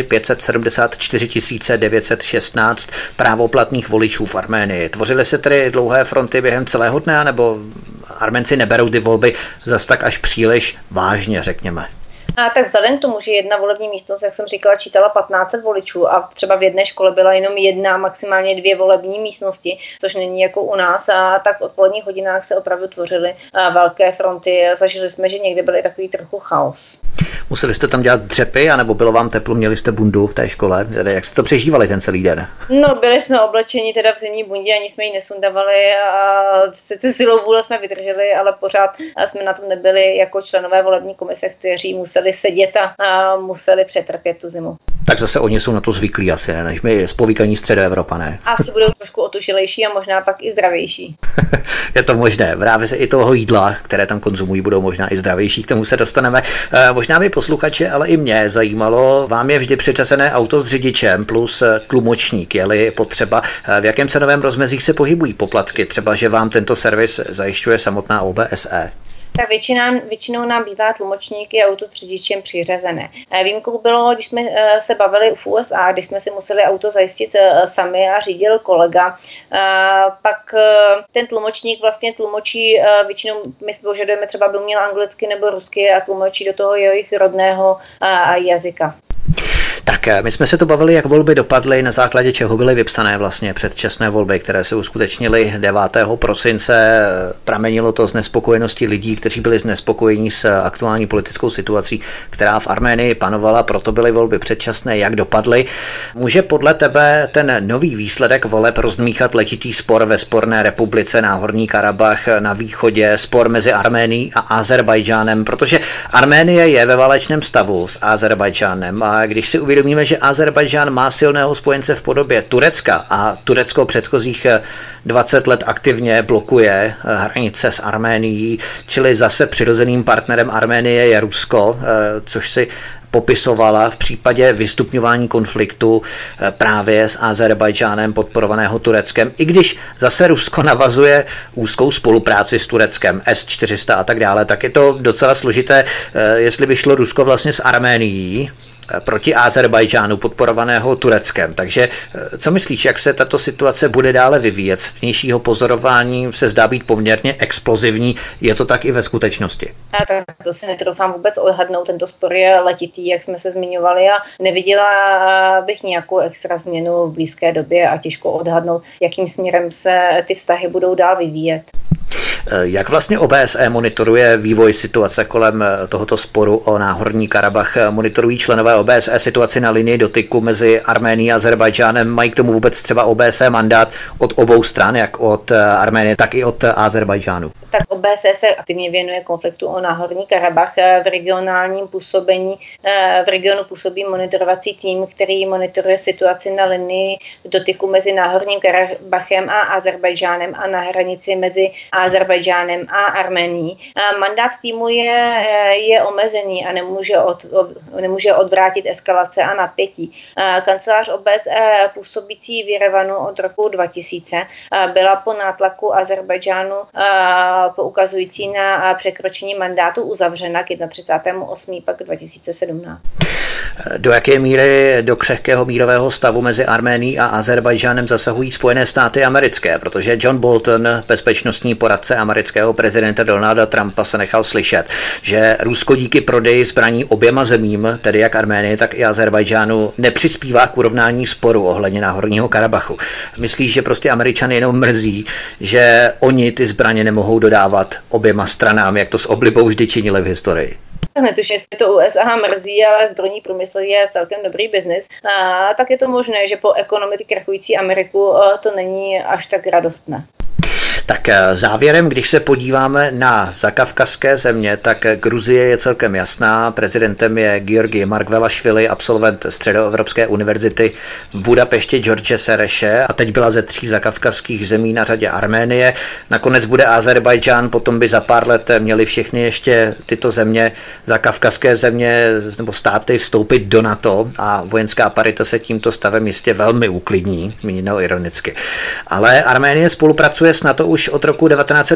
574 916 právoplatných voličů v Arménii. Tvořily se tedy dlouhé fronty během celého dne, nebo Arménci neberou ty volby zas tak až příliš vážně, řekněme? Tak vzhledem k tomu, že jedna volební místnost, jak jsem říkala, čítala 1500 voličů a třeba v jedné škole byla jenom jedna, maximálně 2 volební místnosti, což není jako u nás, a tak v odpoledních hodinách se opravdu tvořily velké fronty. Zažili jsme, že někde byly takový trochu chaos. Museli jste tam dělat dřepy, anebo bylo vám teplo, měli jste bundu v té škole? Jak jste to přežívali ten celý den? No, byli jsme oblečeni teda v zimní bundě, ani jsme ji nesundavali a sice silou vůle jsme vydrželi, ale pořád jsme na tom nebyli jako členové volební komise, kteří museli sedět a museli přetrpět tu zimu. Tak zase oni jsou na to zvyklí asi, ne? Než my spovíkaní Středoevropané. Asi budou trošku otužilejší a možná pak i zdravější. Je to možné. Právě se i toho jídla, které tam konzumují, budou možná i zdravější. K tomu se dostaneme. Možná by posluchače, ale i mě zajímalo, vám je vždy přiřazené auto s řidičem plus tlumočník, je-li potřeba. V jakém cenovém rozmezí se pohybují poplatky? Třeba, že vám tento servis zajišťuje samotná OBSE? Tak většinou nám bývá tlumočníky a auto s řidičem přiřazené. Výjimkou bylo, když jsme se bavili v USA, když jsme si museli auto zajistit sami a řídil kolega. Pak ten tlumočník vlastně tlumočí, většinou my požadujeme třeba, by uměl anglicky nebo rusky a tlumočí do toho jejich rodného jazyka. Tak Tak my jsme se tu bavili, jak volby dopadly, na základě čeho byly vypsané vlastně předčasné volby, které se uskutečnily 9. prosince. Pramenilo to z nespokojenosti lidí, kteří byli znespokojení s aktuální politickou situací, která v Arménii panovala, proto byly volby předčasné, jak dopadly. Může podle tebe ten nový výsledek voleb rozdmíchat letitý spor ve sporné republice Náhorní Karabach na východě, spor mezi Arménií a Azerbajdžánem, protože Arménie je ve válečném stavu s Azerbajdžánem a když si uvědomíme, že Azerbajdžán má silného spojence v podobě Turecka a Turecko předchozích 20 let aktivně blokuje hranice s Arménií, čili zase přirozeným partnerem Arménie je Rusko, což si popisovala v případě vystupňování konfliktu právě s Azerbajdžánem podporovaného Tureckem, i když zase Rusko navazuje úzkou spolupráci s Tureckem, S-400 a tak dále, tak je to docela složité, jestli by šlo Rusko vlastně s Arménií proti Azerbajdžánu podporovaného Tureckem. Takže co myslíš, jak se tato situace bude dále vyvíjet? Z vnějšího pozorování se zdá být poměrně explozivní. Je to tak i ve skutečnosti? Tak to si netroufám vůbec odhadnout. Tento spor je letitý, jak jsme se zmiňovali, a neviděla bych nějakou extra změnu v blízké době a těžko odhadnout, jakým směrem se ty vztahy budou dál vyvíjet. Jak vlastně OBSE monitoruje vývoj situace kolem tohoto sporu o Náhorní Karabach? Monitorují členové OBSE situaci na linii dotyku mezi Arménií a Azerbajdžánem? Mají k tomu vůbec třeba OBSE mandát od obou stran, jak od Arménie, tak i od Azerbajdžánu? Tak OBSE se aktivně věnuje konfliktu o Náhorní Karabach. V regionálním působení, v regionu působí monitorovací tým, který monitoruje situaci na linii dotyku mezi Náhorním Karabachem a Azerbajdžánem a na hranici mezi Azerbajdžánem a Arménií. Mandát týmu je omezený a nemůže odvrátit eskalace a napětí. Kancelář OBSE působící v Jerevanu od roku 2000 byla po nátlaku Azerbajdžánu poukazující na překročení mandátu uzavřena k 31.8. pak 2017. Do jaké míry do křehkého mírového stavu mezi Arménií a Azerbajdžánem zasahují Spojené státy americké, protože John Bolton, bezpečnostní poradce amerického prezidenta Donalda Trumpa, se nechal slyšet, že Rusko díky prodeji zbraní oběma zemím, tedy jak Arménie, tak i Azerbajdžánu, nepřispívá k urovnání sporu ohledně Náhorního Karabachu. Myslíš, že prostě Američany jenom mrzí, že oni ty zbraně nemohou dodávat oběma stranám, jak to s oblibou vždy činili v historii? Netuším, jestli to USA mrzí, ale zbrojní průmysl je celkem dobrý biznis. Tak je to možné, že po ekonomicky krachující Ameriku to není až tak radostné. Tak závěrem, když se podíváme na zakavkazské země, tak Gruzie je celkem jasná. Prezidentem je Giorgi Margvelašvili, absolvent Středoevropské univerzity v Budapešti George Sereše, a teď byla ze 3 zakavkazských zemí na řadě Arménie. Nakonec bude Azerbajdžán, potom by za pár let měly všechny ještě tyto země, zakavkazské země nebo státy vstoupit do NATO a vojenská parita se tímto stavem jistě velmi uklidní, míněno ironicky. Ale Arménie spolupracuje s NATO už od roku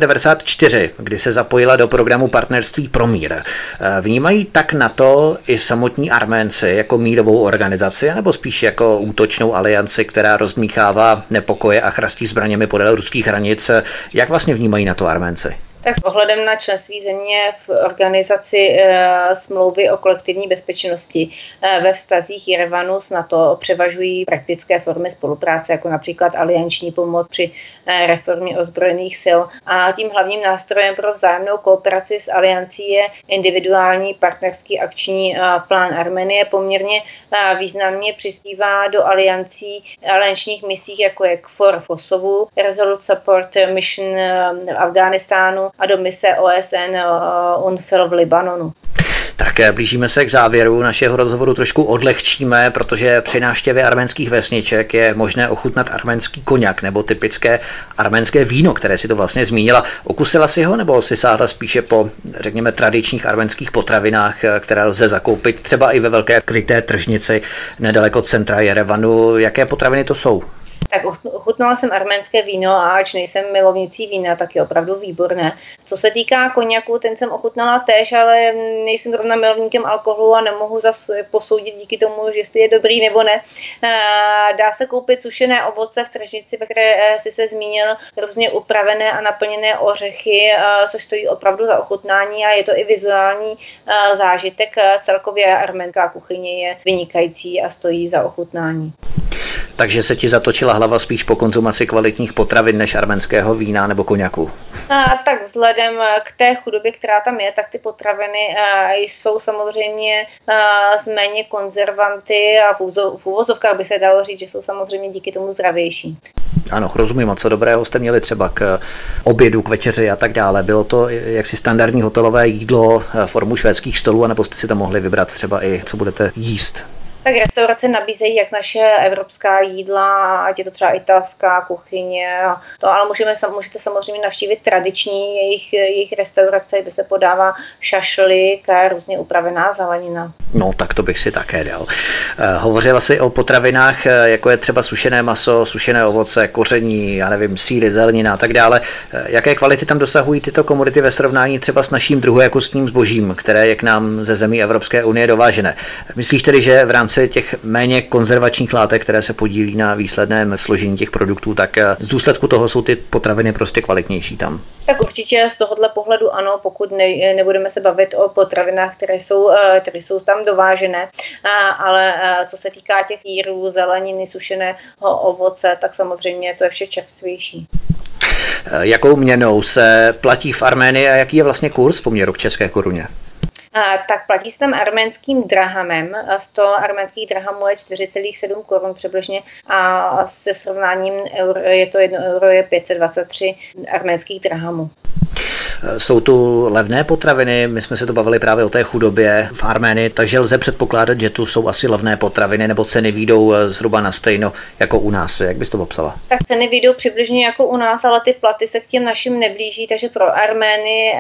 1994, kdy se zapojila do programu Partnerství pro mír. Vnímají tak NATO i samotní Arménci jako mírovou organizaci, nebo spíš jako útočnou alianci, která rozdmíchává nepokoje a chrastí zbraněmi podél ruských hranic? Jak vlastně vnímají NATO Arménci? Tak s ohledem na členství země v organizaci smlouvy o kolektivní bezpečnosti ve vztazích Jerevanu s NATO převažují praktické formy spolupráce, jako například alianční pomoc při reformě ozbrojených sil. A tím hlavním nástrojem pro vzájemnou kooperaci s aliancí je individuální partnerský akční plán Arménie. Poměrně významně přispívá do aliančních misích, jako je KFOR v Kosovu, Resolute Support Mission v Afghánistánu a do mise OSN UNIFIL v Libanonu. Tak blížíme se k závěru našeho rozhovoru, trošku odlehčíme, protože při návštěvě arménských vesniček je možné ochutnat arménský koňak nebo typické arménské víno, které si to vlastně zmínila. Okusila si ho, nebo si sáhla spíše po, řekněme, tradičních arménských potravinách, které lze zakoupit třeba i ve velké kryté tržnici nedaleko centra Jerevanu? Jaké potraviny to jsou? Tak ochutnala jsem arménské víno a ač nejsem milovnicí vína, tak je opravdu výborné. Co se týká koněku, ten jsem ochutnala též, ale nejsem zrovna milovníkem alkoholu a nemohu zase posoudit díky tomu, že jestli je dobrý nebo ne. Dá se koupit sušené ovoce v tržnici, ve které si se zmínil, různě upravené a naplněné ořechy, což stojí opravdu za ochutnání a je to i vizuální zážitek. Celkově arménská kuchyně je vynikající a stojí za ochutnání. Takže se ti zatočila hlava spíš po konzumaci kvalitních potravin než arménského vína nebo koněku? Tak vzhledem k té chudobě, která tam je, tak ty potraviny jsou samozřejmě z méně konzervanty a v uvozovkách by se dalo říct, že jsou samozřejmě díky tomu zdravější. Ano, rozumím. A co dobrého jste měli třeba k obědu, k večeři a tak dále? Bylo to jaksi standardní hotelové jídlo, formu švédských stolů, anebo jste si tam mohli vybrat třeba i, co budete jíst? Tak restaurace nabízejí jak naše evropská jídla, ať je to třeba italská kuchyně, ale můžete samozřejmě navštívit tradiční jejich restaurace, kde se podává šašlik a různě upravená zelenina. No, tak to bych si také dal. Hovořila jsi o potravinách, jako je třeba sušené maso, sušené ovoce, koření, já nevím, sýry, zelenina a tak dále. Jaké kvality tam dosahují tyto komodity ve srovnání třeba s naším druhojakostním zbožím, které je k nám ze zemí Evropské unie dovážené? Myslíš tedy, že v rámci těch méně konzervačních látek, které se podílí na výsledném složení těch produktů, tak z důsledku toho jsou ty potraviny prostě kvalitnější tam? Tak určitě z tohohle pohledu ano, pokud nebudeme se bavit o potravinách, které jsou tam dovážené, ale co se týká těch sýrů, zeleniny, sušeného ovoce, tak samozřejmě to je vše čerstvější. Jakou měnou se platí v Arménii a jaký je vlastně kurz poměru k české koruně? Tak platí se tam arménským drahamem. 100 arménských drahamů je 4,7 korun přibližně a se srovnáním je to 1 euro je 523 arménských drahamů. Jsou tu levné potraviny, my jsme se to bavili právě o té chudobě v Arménii, takže lze předpokládat, že tu jsou asi levné potraviny nebo ceny vyjdou zhruba na stejno jako u nás. Jak bys to popsala? Tak ceny vyjdou přibližně jako u nás, ale ty platy se k těm našim neblíží, takže pro Arménii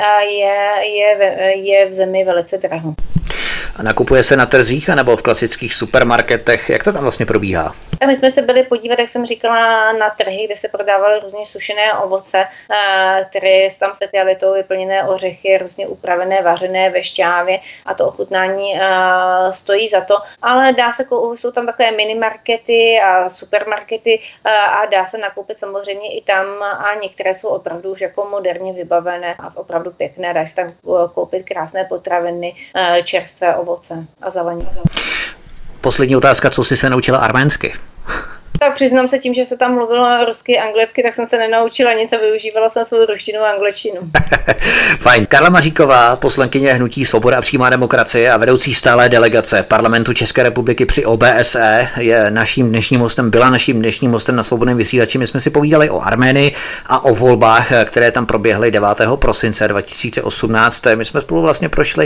je v zemi velice draho. A nakupuje se na trzích anebo v klasických supermarketech? Jak to tam vlastně probíhá? A my jsme se byli podívat, jak jsem říkala, na trhy, kde se prodávaly různě sušené ovoce, které tam specialitou vyplněné ořechy, různě upravené, vařené ve šťávě a to ochutnání stojí za to. Ale jsou tam takové minimarkety a supermarkety a dá se nakoupit samozřejmě i tam a některé jsou opravdu už jako moderně vybavené a opravdu pěkné. Dá se tam koupit krásné potraviny, čerstvé ovoce a zeleninu. Poslední otázka, co jsi se naučila arménsky? Tak přiznám se tím, že se tam mluvilo rusky, anglicky, tak jsem se nenaučila nic a využívala jsem svou ruštinu a angličtinu. Fajn. Karla Maříková, poslankyně Hnutí Svoboda a přímá demokracie a vedoucí stálé delegace Parlamentu České republiky při OBSE, je naším dnešním hostem, byla naším dnešním hostem na Svobodném vysílači. My jsme si povídali o Arménii a o volbách, které tam proběhly 9. prosince 2018. My jsme spolu vlastně prošli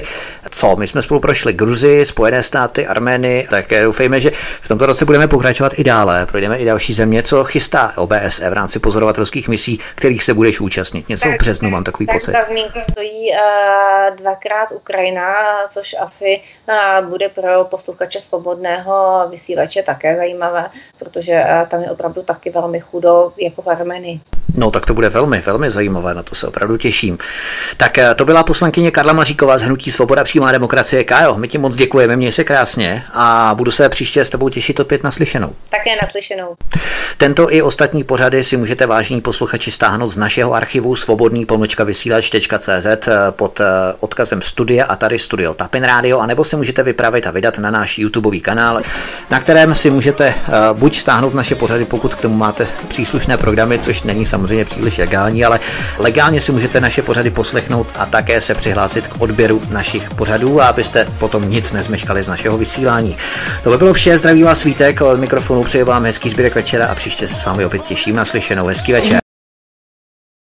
Gruzii, Spojené státy, Arménii, tak doufejme, že v tomto roce budeme pokračovat i dále. Projdeme i další země, co chystá OBSE v rámci pozorovatelských misí, kterých se budeš účastnit. Něco v březnu mám takový pocit. Ta zmínka stojí dvakrát Ukrajina, což asi bude pro posluchače Svobodného vysílače také zajímavé, protože tam je opravdu taky velmi chudo, jako v Arménii. No tak to bude velmi, velmi zajímavé, na to se opravdu těším. Tak to byla poslankyně Karla Maříková z Hnutí Svoboda a přímá demokracie. Kájo, my ti moc děkujeme, měj se krásně a budu se příště s tebou těšit opět naslyšenou. Také naslyšenou. Tento i ostatní pořady si můžete, vážení posluchači, stáhnout z našeho archivu svobodný-vysílač.cz pod odkazem studia a tady studio Tapin Radio, anebo si můžete vypravit a vydat na náš YouTubeový kanál, na kterém si můžete buď stáhnout naše pořady, pokud k tomu máte příslušné programy, což není samozřejmě příliš legální, ale legálně si můžete naše pořady poslechnout a také se přihlásit k odběru našich pořadů, a abyste potom nic nezmeškali z našeho vysílání. To by bylo vše, zdraví vás Vítek, od mikrofonu přeji vám hezký zbytek večera a příště se s vámi opět těším, naslyšenou, hezký večer.